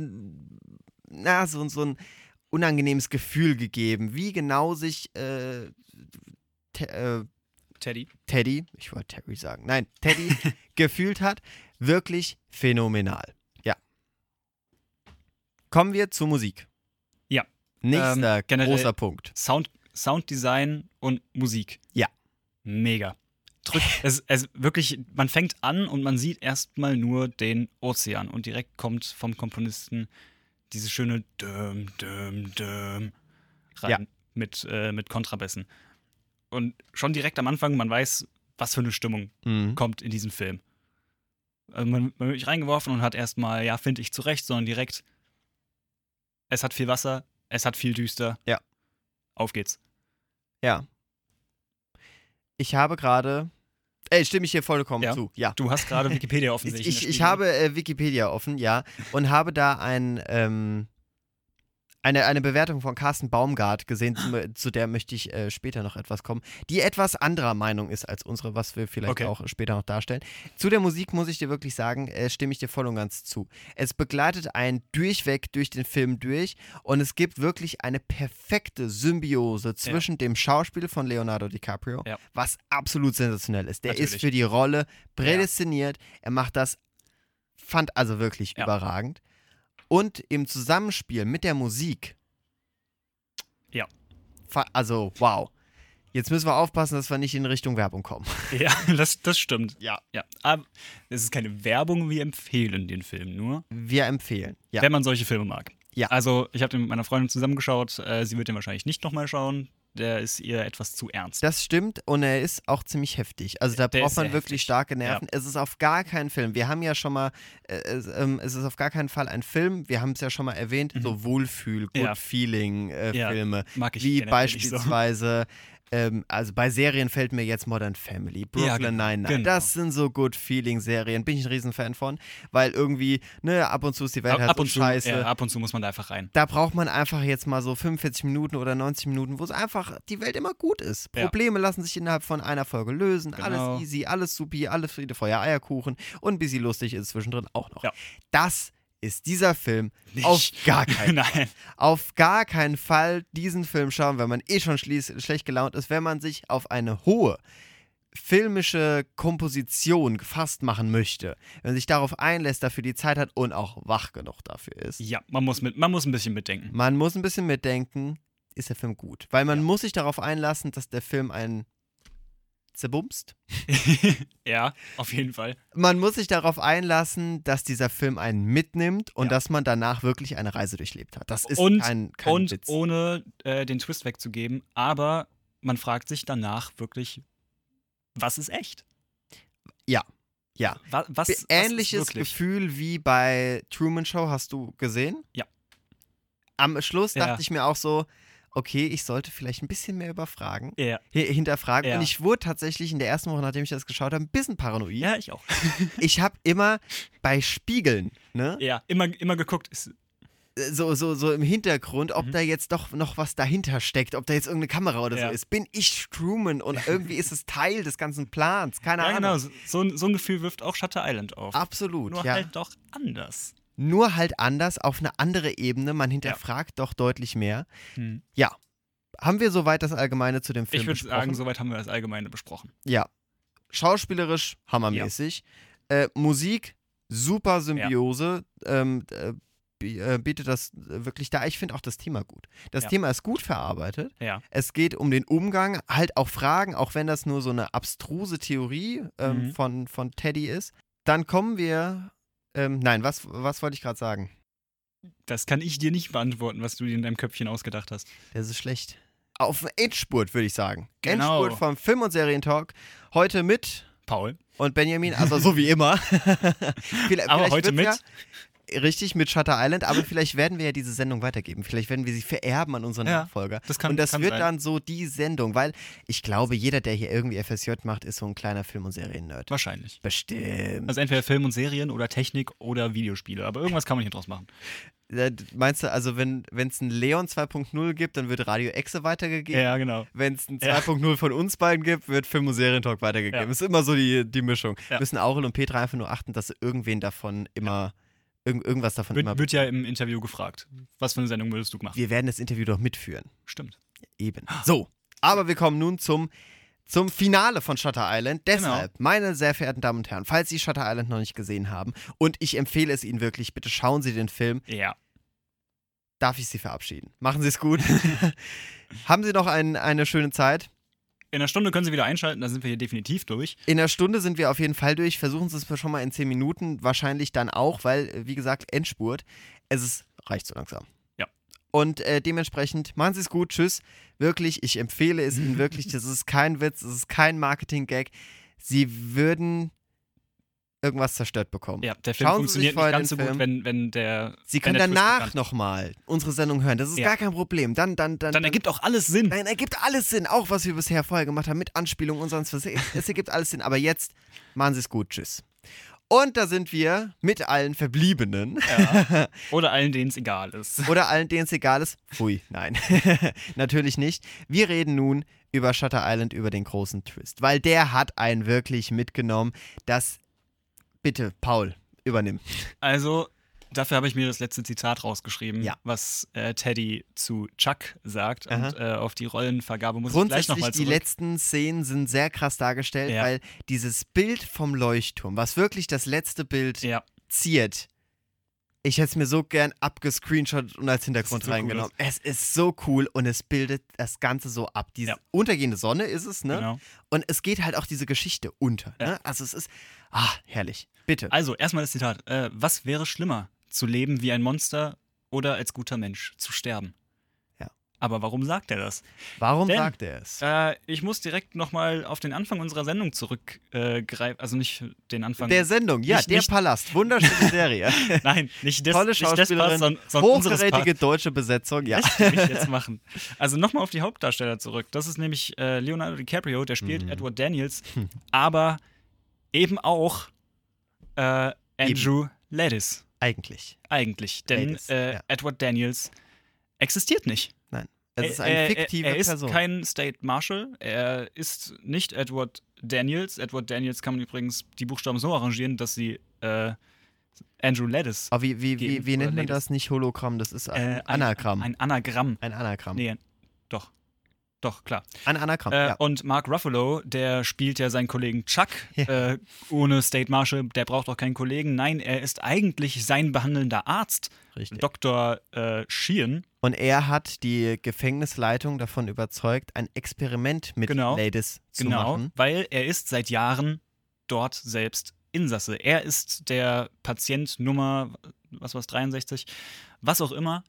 so ein unangenehmes Gefühl gegeben, wie genau sich Teddy, ich wollte Terry sagen, nein, Teddy gefühlt hat. Wirklich phänomenal. Ja. Kommen wir zur Musik. Ja. Nächster großer Punkt. Sounddesign und Musik. Ja. Mega. Es wirklich, man fängt an und man sieht erstmal nur den Ozean und direkt kommt vom Komponisten diese schöne Düm, Düm, Düm rein mit Kontrabässen. Und schon direkt am Anfang, man weiß, was für eine Stimmung kommt in diesem Film. Also man wird nicht reingeworfen und hat erstmal, finde ich zurecht, sondern direkt, es hat viel Wasser, es hat viel düster. Ja. Auf geht's. Ja. Ich habe gerade stimme ich hier vollkommen zu. Ja. Du hast gerade Wikipedia offen. Ich habe Wikipedia offen, ja. Und habe da eine Bewertung von Carsten Baumgart gesehen, zu der möchte ich später noch etwas kommen, die etwas anderer Meinung ist als unsere, was wir vielleicht auch später noch darstellen. Zu der Musik muss ich dir wirklich sagen, stimme ich dir voll und ganz zu. Es begleitet einen durchweg durch den Film durch und es gibt wirklich eine perfekte Symbiose zwischen dem Schauspiel von Leonardo DiCaprio, was absolut sensationell ist. Der ist für die Rolle prädestiniert. Er macht das, fand also wirklich überragend. Und im Zusammenspiel mit der Musik. Ja. Also, wow. Jetzt müssen wir aufpassen, dass wir nicht in Richtung Werbung kommen. Ja, das stimmt. Ja. Aber es ist keine Werbung, wir empfehlen den Film nur. Wir empfehlen, ja. Wenn man solche Filme mag. Ja. Also, ich habe den mit meiner Freundin zusammengeschaut. Sie wird den wahrscheinlich nicht nochmal schauen. Der ist ihr etwas zu ernst. Das stimmt und er ist auch ziemlich heftig. Also da Der braucht ist man sehr wirklich heftig. starke Nerven. Ja. Es ist auf gar keinen Film. Wir haben ja schon mal, es ist auf gar keinen Fall ein Film, wir haben es ja schon mal erwähnt, so Wohlfühl, Ja. Good-Feeling-Filme. Mag ich Wie generell nicht so. beispielsweise, also bei Serien fällt mir jetzt Modern Family, Brooklyn Nine-Nine. genau. Das sind so Good-Feeling-Serien. Bin ich ein Riesenfan von, weil irgendwie, ab und zu ist die Welt halt Ab so und zu, scheiße. ab und zu muss man da einfach rein. Da braucht man einfach jetzt mal so 45 Minuten oder 90 Minuten, wo es einfach die Welt immer gut ist. Ja. Probleme lassen sich innerhalb von einer Folge lösen. Genau. Alles easy, alles supi, alles Friede, Feuer, Eierkuchen und ein bisschen lustig ist zwischendrin auch noch. Ja. Das ist dieser Film Nicht. auf gar keinen Fall. Nein. Auf gar keinen Fall diesen Film schauen, wenn man schon schlecht gelaunt ist, wenn man sich auf eine hohe filmische Komposition gefasst machen möchte, wenn man sich darauf einlässt, dafür die Zeit hat und auch wach genug dafür ist. Ja, man muss ein bisschen mitdenken. Man muss ein bisschen mitdenken, ist der Film gut. Weil man muss sich darauf einlassen, dass der Film einen zerbumst. Ja, auf jeden Fall. Man muss sich darauf einlassen, dass dieser Film einen mitnimmt und dass man danach wirklich eine Reise durchlebt hat. Das ist kein Witz. Ohne den Twist wegzugeben, aber man fragt sich danach wirklich, was ist echt? Ja. Was Ähnliches ist wirklich? Gefühl wie bei Truman Show hast du gesehen? Ja. Am Schluss Ja. dachte ich mir auch so, okay, ich sollte vielleicht ein bisschen mehr überfragen, Ja. hinterfragen. Ja. Und ich wurde tatsächlich in der ersten Woche, nachdem ich das geschaut habe, ein bisschen paranoid. Ja, ich auch. Ich habe immer bei Spiegeln, ne, Ja, immer geguckt. so im Hintergrund, ob da jetzt doch noch was dahinter steckt, ob da jetzt irgendeine Kamera oder Ja. so ist. Bin ich Truman und irgendwie ist es Teil des ganzen Plans. Keine Ja, Ahnung. genau. So ein Gefühl wirft auch Shutter Island auf. Absolut, Nur ja. halt doch anders. Nur halt anders, auf eine andere Ebene. Man hinterfragt doch deutlich mehr. Hm. Ja. Haben wir soweit das Allgemeine zu dem Film Ich würde besprochen? sagen, soweit haben wir das Allgemeine besprochen. Ja. Schauspielerisch hammermäßig. Musik, super Symbiose. Bietet das wirklich da. Ich finde auch das Thema gut. Das Ja. Thema ist gut verarbeitet. Ja. Es geht um den Umgang, halt auch Fragen, auch wenn das nur so eine abstruse Theorie von Teddy ist. Dann kommen wir. Nein, was wollte ich gerade sagen? Das kann ich dir nicht beantworten, was du dir in deinem Köpfchen ausgedacht hast. Das ist schlecht. Auf Endspurt, würde ich sagen. Genau. Endspurt vom Film- und Serientalk. Heute mit Paul. und Benjamin, also so wie immer. Aber heute wird's mit? Richtig, mit Shutter Island, aber vielleicht werden wir ja diese Sendung weitergeben. Vielleicht werden wir sie vererben an unseren Ja, Nachfolger. kann und das kann wird sein. dann so die Sendung, weil ich glaube, jeder, der hier irgendwie FSJ macht, ist so ein kleiner Film- und Serien-Nerd. Wahrscheinlich. Bestimmt. Also entweder Film und Serien oder Technik oder Videospiele. Aber irgendwas kann man hier draus machen. Meinst du, also wenn es ein Leon 2.0 gibt, dann wird Radio Exe weitergegeben? Ja, genau. Wenn es ein Ja. 2.0 von uns beiden gibt, wird Film- und Serientalk weitergegeben. Ja. Ist immer so die Mischung. Ja. Müssen Aurel und Petra einfach nur achten, dass sie irgendwen davon immer, irgendwas davon immer. Wird ja im Interview gefragt. Was für eine Sendung würdest du machen? Wir werden das Interview doch mitführen. Stimmt. Eben. So, aber wir kommen nun zum Finale von Shutter Island. Deshalb, meine sehr verehrten Damen und Herren, falls Sie Shutter Island noch nicht gesehen haben, und ich empfehle es Ihnen wirklich, bitte schauen Sie den Film, Ja. darf ich Sie verabschieden. Machen Sie es gut. Haben Sie noch eine schöne Zeit? In einer Stunde können Sie wieder einschalten, da sind wir hier definitiv durch. In einer Stunde sind wir auf jeden Fall durch. Versuchen Sie es schon mal in 10 Minuten. Wahrscheinlich dann auch, weil, wie gesagt, Endspurt. Reicht so langsam. Ja. Und dementsprechend, machen Sie es gut. Tschüss. Wirklich, ich empfehle es Ihnen wirklich. Das ist kein Witz, das ist kein Marketing-Gag. Sie würden irgendwas zerstört bekommen. Ja, der Film Schauen Sie sich funktioniert vorher nicht ganz so den gut, Film. wenn der. Sie wenn können der Twist danach bekannt- nochmal unsere Sendung hören. Das ist Ja. gar kein Problem. Dann ergibt auch alles Sinn. Nein, ergibt alles Sinn. Auch was wir bisher vorher gemacht haben mit Anspielungen und sonst was. Es ergibt alles Sinn. Aber jetzt machen Sie es gut. Tschüss. Und da sind wir mit allen Verbliebenen. Ja. Oder allen, denen es egal ist. Oder allen, denen es egal ist. Pfui, nein. Natürlich nicht. Wir reden nun über Shutter Island, über den großen Twist. Weil der hat einen wirklich mitgenommen. Bitte, Paul, übernimm. Also, dafür habe ich mir das letzte Zitat rausgeschrieben, Ja. was Teddy zu Chuck sagt. Aha. Und auf die Rollenvergabe muss ich gleich Grundsätzlich, nochmal die zurück. letzten Szenen sind sehr krass dargestellt, Ja. weil dieses Bild vom Leuchtturm, was wirklich das letzte Bild Ja. ziert, Ich hätte es mir so gern abgescreenshot und als Hintergrund so reingenommen. cool. Es ist so cool und es bildet das Ganze so ab. Diese untergehende Sonne ist es, ne? Genau. Und es geht halt auch diese Geschichte unter, ne? Also es ist, herrlich. Bitte. Also, erstmal das Zitat. Was wäre schlimmer, zu leben wie ein Monster oder als guter Mensch, zu sterben? Ja. Aber warum sagt er das? Warum Denn, sagt er es? Ich muss direkt nochmal auf den Anfang unserer Sendung zurückgreifen. Also nicht den Anfang. Der Sendung, ja, nicht- der nicht- Palast. Wunderschöne Serie. Nein, nicht des, Tolle nicht des Schauspielerin, Parts, sondern unseres hochkarätige Parts. deutsche Besetzung, ja. Lässt mich jetzt machen. Also nochmal auf die Hauptdarsteller zurück. Das ist nämlich Leonardo DiCaprio, der spielt Edward Daniels, aber eben auch Andrew Laddis Eigentlich. eigentlich. Denn Laddis, ja. Edward Daniels existiert nicht. Nein. Es ist eine fiktive er ist Person. kein State Marshal, er ist nicht Edward Daniels. Edward Daniels kann man übrigens die Buchstaben so arrangieren, dass sie Andrew Laddis. Aber wie geben nennt oder man Laddis. das? Nicht Hologramm, das ist ein Anagramm. Ein Anagramm. Ein Anagramm. Nee, doch. Doch, klar. Ein Anagramm, ja. Und Mark Ruffalo, der spielt ja seinen Kollegen Chuck, Ja. ohne State Marshal, der braucht auch keinen Kollegen. Nein, er ist eigentlich sein behandelnder Arzt, Richtig. Dr. Sheehan. Und er hat die Gefängnisleitung davon überzeugt, ein Experiment mit Genau. Laddis zu machen. Weil er ist seit Jahren dort selbst Insasse. Er ist der Patient Nummer, 63, was auch immer.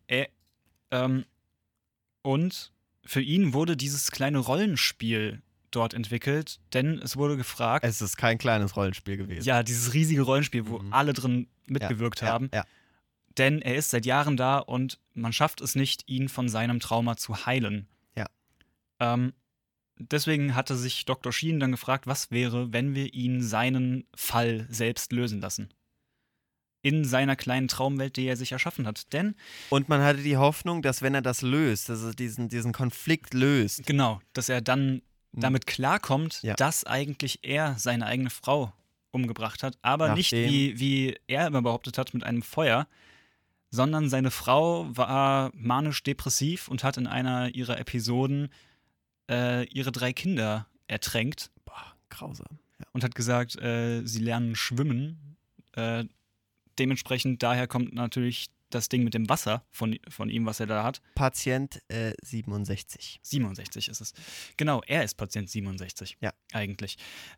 Und für ihn wurde dieses kleine Rollenspiel dort entwickelt, denn es wurde gefragt, Es ist kein kleines Rollenspiel gewesen. ja, dieses riesige Rollenspiel, wo alle drin Ja, mitgewirkt ja, haben, Ja. denn er ist seit Jahren da und man schafft es nicht, ihn von seinem Trauma zu heilen. Ja. Deswegen hatte sich Dr. Sheehan dann gefragt, was wäre, wenn wir ihn seinen Fall selbst lösen lassen. In seiner kleinen Traumwelt, die er sich erschaffen hat. Denn, Und man hatte die Hoffnung, dass wenn er das löst, dass er diesen Konflikt löst, genau, dass er dann damit klarkommt, Ja. dass eigentlich er seine eigene Frau umgebracht hat, aber nicht Nachdem- wie er immer behauptet hat mit einem Feuer, sondern seine Frau war manisch-depressiv und hat in einer ihrer Episoden ihre 3 Kinder ertränkt grausam. Ja. und hat gesagt, sie lernen schwimmen. Dementsprechend daher kommt natürlich das Ding mit dem Wasser von ihm, was er da hat. Patient 67. 67 ist es. Genau, er ist Patient 67. Ja. Eigentlich.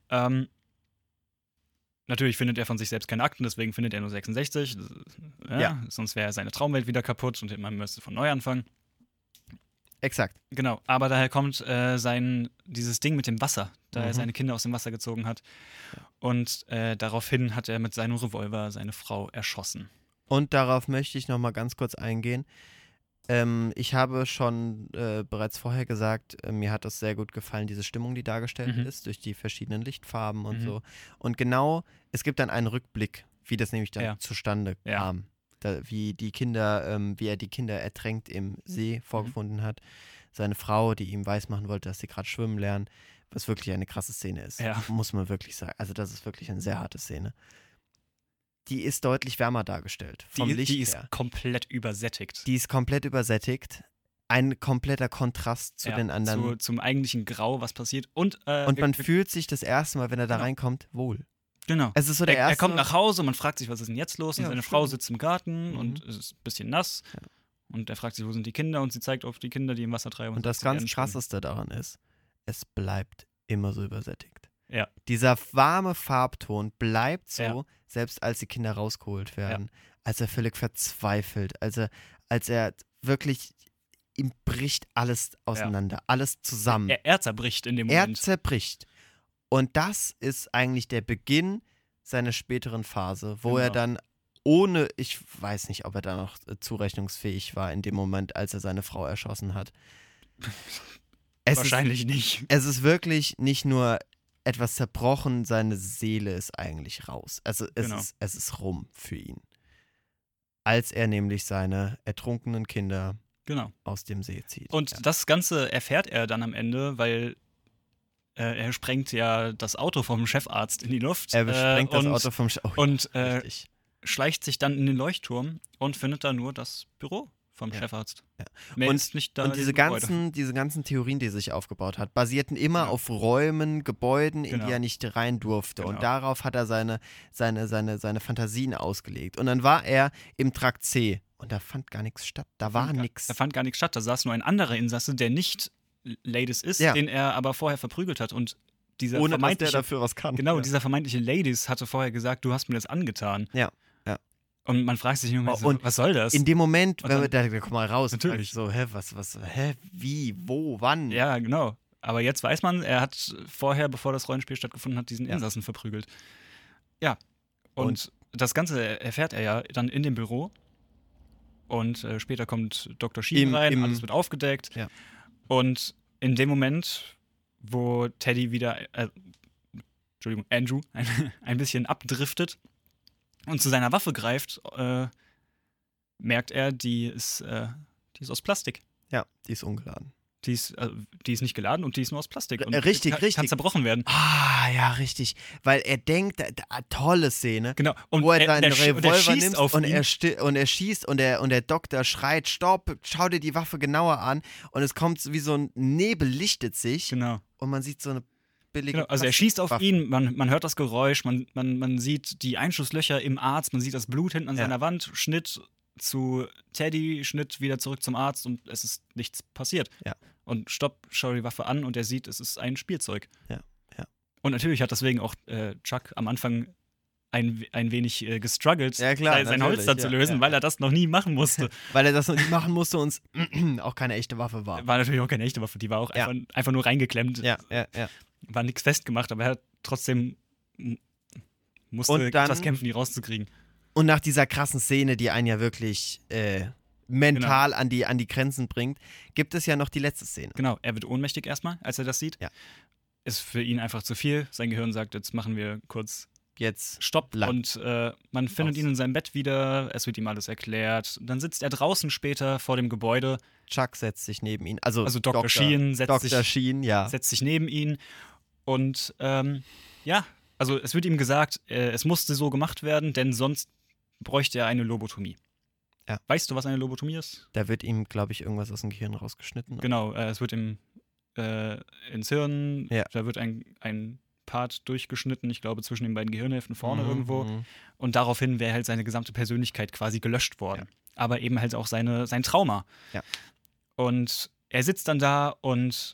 Natürlich findet er von sich selbst keine Akten, deswegen findet er nur 66. Ja. Sonst wäre seine Traumwelt wieder kaputt und man müsste von neu anfangen. Exakt. Genau, aber daher kommt dieses Ding mit dem Wasser, da er seine Kinder aus dem Wasser gezogen hat. Und daraufhin hat er mit seinem Revolver seine Frau erschossen. Und darauf möchte ich nochmal ganz kurz eingehen. Ich habe schon bereits vorher gesagt, mir hat das sehr gut gefallen, diese Stimmung, die dargestellt ist, durch die verschiedenen Lichtfarben und so. Und genau, es gibt dann einen Rückblick, wie das nämlich dann zustande kam. Wie er die Kinder ertränkt im See vorgefunden hat. Seine Frau, die ihm weismachen wollte, dass sie gerade schwimmen lernen, was wirklich eine krasse Szene ist. Ja. Muss man wirklich sagen. Also das ist wirklich eine sehr harte Szene. Die ist deutlich wärmer dargestellt, vom Licht Die ist her. komplett übersättigt. Die ist komplett übersättigt. Ein kompletter Kontrast zu den anderen. Zum eigentlichen Grau, was passiert. Und Man fühlt sich das erste Mal, wenn er da reinkommt, wohl. Genau. Es ist so der Er erste. kommt nach Hause und man fragt sich, was ist denn jetzt los? Und Ja, seine stimmt. Frau sitzt im Garten und es ist ein bisschen nass. Und er fragt sich, wo sind die Kinder? Und sie zeigt auf die Kinder, die im Wasser treiben. Und das sagt, sie werden ganz schwimmen. Krasseste daran ist, es bleibt immer so übersättigt. Ja. Dieser warme Farbton bleibt so, Ja. selbst als die Kinder rausgeholt werden, als er völlig verzweifelt, als er wirklich, ihm bricht alles auseinander, alles zusammen. Er zerbricht in dem Er Moment. zerbricht. Und das ist eigentlich der Beginn seiner späteren Phase, wo er dann ich weiß nicht, ob er da noch zurechnungsfähig war in dem Moment, als er seine Frau erschossen hat. Wahrscheinlich nicht. Es ist wirklich nicht nur etwas zerbrochen, seine Seele ist eigentlich raus. Also es ist rum für ihn. Als er nämlich seine ertrunkenen Kinder aus dem See zieht. Und das Ganze erfährt er dann am Ende, weil er sprengt ja das Auto vom Chefarzt in die Luft. Er sprengt das Auto vom schleicht sich dann in den Leuchtturm und findet da nur das Büro vom Chefarzt. Ja. Mehr Und, ist nicht da und diese ganzen Theorien, die sich aufgebaut hat, basierten immer auf Räumen, Gebäuden, in die er nicht rein durfte. Und darauf hat er seine Fantasien ausgelegt. Und dann war er im Trakt C und da fand gar nichts statt. Da war nichts. Da fand gar nichts statt. Da saß nur ein anderer Insasse, der nicht Ladies ist, den er aber vorher verprügelt hat. Und dieser ohne dass der dafür was kann. Genau, dieser vermeintliche Ladies hatte vorher gesagt, du hast mir das angetan. Ja. Und man fragt sich nur, was soll das? In dem Moment, wenn wir da komm mal raus. Natürlich. So, wie, wo, wann? Ja, genau. Aber jetzt weiß man, er hat vorher, bevor das Rollenspiel stattgefunden hat, diesen Insassen verprügelt. Ja. Und das Ganze erfährt er ja dann in dem Büro. Und später kommt Dr. Sheen rein, alles wird aufgedeckt. Ja. Und in dem Moment, wo Teddy wieder, Andrew, ein bisschen abdriftet und zu seiner Waffe greift, merkt er, die ist aus Plastik. Ja, die ist ungeladen. Die ist nicht geladen und die ist nur aus Plastik. Und richtig. Kann zerbrochen werden. Ah, ja, richtig. Weil er denkt, tolle Szene. Genau. Und wo er seinen Revolver nimmt und er schießt und der Doktor schreit, stopp, schau dir die Waffe genauer an. Und es kommt wie so ein Nebel, lichtet sich. Genau. Und man sieht so eine billige Genau, also er schießt auf ihn, man hört das Geräusch, man sieht die Einschusslöcher im Arzt, man sieht das Blut hinten an seiner Wand, Schnitt zu Teddy, Schnitt wieder zurück zum Arzt und es ist nichts passiert. Ja. Und stopp, schau die Waffe an und er sieht, es ist ein Spielzeug. Ja. Und natürlich hat deswegen auch Chuck am Anfang ein wenig gestruggelt, sein Holster zu lösen, weil er das noch nie machen musste. Weil er das noch nie machen musste und es auch keine echte Waffe war. War natürlich auch keine echte Waffe, die war auch einfach nur reingeklemmt. Ja. War nichts festgemacht, aber er hat trotzdem musste etwas kämpfen, die rauszukriegen. Und nach dieser krassen Szene, die einen ja wirklich mental an die Grenzen bringt, gibt es ja noch die letzte Szene. Genau, er wird ohnmächtig erstmal, als er das sieht. Ja. Ist für ihn einfach zu viel. Sein Gehirn sagt, jetzt machen wir kurz Stopp. Und man findet ihn in seinem Bett wieder, es wird ihm alles erklärt. Dann sitzt er draußen später vor dem Gebäude. Chuck setzt sich neben ihn. Also Dr. Sheen setzt sich neben ihn. Und also es wird ihm gesagt, es musste so gemacht werden, denn sonst bräuchte er eine Lobotomie. Ja. Weißt du, was eine Lobotomie ist? Da wird ihm, glaube ich, irgendwas aus dem Gehirn rausgeschnitten. Genau, es wird ihm ins Hirn, da wird ein Part durchgeschnitten, ich glaube zwischen den beiden Gehirnhälften vorne irgendwo. Und daraufhin wäre halt seine gesamte Persönlichkeit quasi gelöscht worden. Ja. Aber eben halt auch sein Trauma. Ja. Und er sitzt dann da und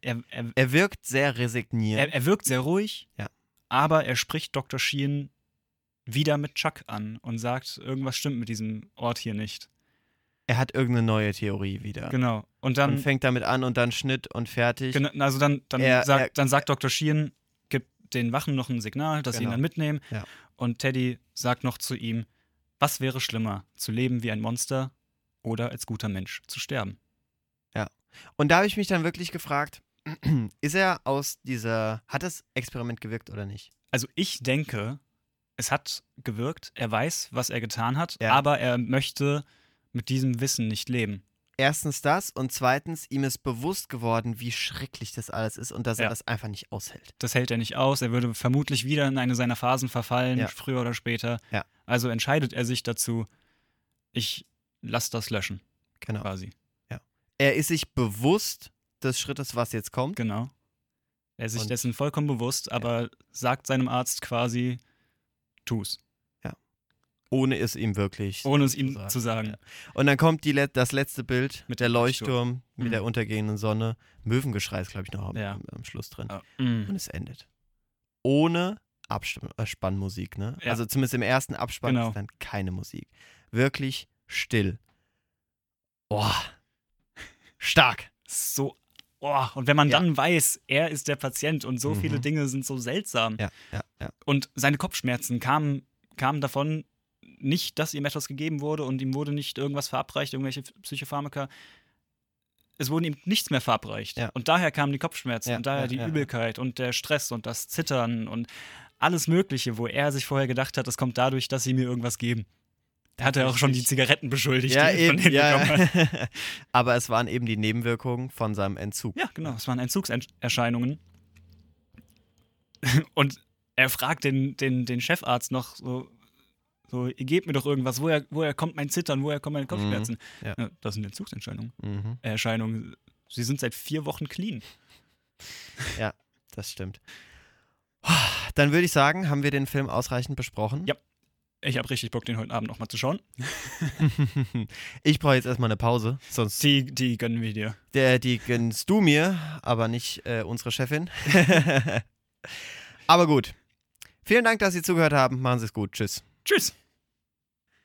er wirkt sehr resigniert. Er wirkt sehr ruhig, ja. Aber er spricht Dr. Sheen wieder mit Chuck an und sagt, irgendwas stimmt mit diesem Ort hier nicht. Er hat irgendeine neue Theorie wieder. Genau. Und dann fängt damit an und dann Schnitt und fertig. Genau, also dann sagt Dr. Sheen, gibt den Wachen noch ein Signal, dass sie ihn dann mitnehmen. Ja. Und Teddy sagt noch zu ihm, was wäre schlimmer, zu leben wie ein Monster oder als guter Mensch zu sterben? Ja. Und da habe ich mich dann wirklich gefragt, ist er hat das Experiment gewirkt oder nicht? Also ich denke, es hat gewirkt. Er weiß, was er getan hat, aber er möchte mit diesem Wissen nicht leben. Erstens das und zweitens, ihm ist bewusst geworden, wie schrecklich das alles ist und dass er das einfach nicht aushält. Das hält er nicht aus. Er würde vermutlich wieder in eine seiner Phasen verfallen, früher oder später. Ja. Also entscheidet er sich dazu, ich lasse das löschen. Genau. Quasi. Ja. Er ist sich bewusst des Schrittes, was jetzt kommt. Genau. Er ist sich dessen vollkommen bewusst, aber sagt seinem Arzt quasi, tu's. Ohne es ihm zu sagen. Ja. Und dann kommt das letzte Bild mit der Leuchtturm, mit der untergehenden Sonne. Möwengeschrei ist, glaube ich, noch am Schluss drin. Und es endet. Ohne Spannmusik, ne? Ja. Also zumindest im ersten Abspann ist dann keine Musik. Wirklich still. Boah. Stark. So. Oh, und wenn man dann weiß, er ist der Patient und so viele Dinge sind so seltsam. Ja. Und seine Kopfschmerzen kamen davon nicht, dass ihm etwas gegeben wurde und ihm wurde nicht irgendwas verabreicht, irgendwelche Psychopharmaka. Es wurde ihm nichts mehr verabreicht. Ja. Und daher kamen die Kopfschmerzen und daher die Übelkeit und der Stress und das Zittern und alles Mögliche, wo er sich vorher gedacht hat, das kommt dadurch, dass sie mir irgendwas geben. Da hat er auch schon die Zigaretten beschuldigt. Aber es waren eben die Nebenwirkungen von seinem Entzug. Ja, genau. Es waren Entzugserscheinungen. Und er fragt den Chefarzt noch so, So, ihr gebt mir doch irgendwas, woher kommt mein Zittern, woher kommen meine Kopfschmerzen? Ja. Das sind Entzugserscheinungen. Mhm. Erscheinungen. Sie sind seit 4 Wochen clean. Ja, das stimmt. Dann würde ich sagen, haben wir den Film ausreichend besprochen. Ja. Ich habe richtig Bock, den heute Abend nochmal zu schauen. Ich brauche jetzt erstmal eine Pause, sonst Die gönnen wir dir. die gönnst du mir, aber nicht unsere Chefin. Aber gut. Vielen Dank, dass Sie zugehört haben. Machen Sie es gut. Tschüss. Tschüss.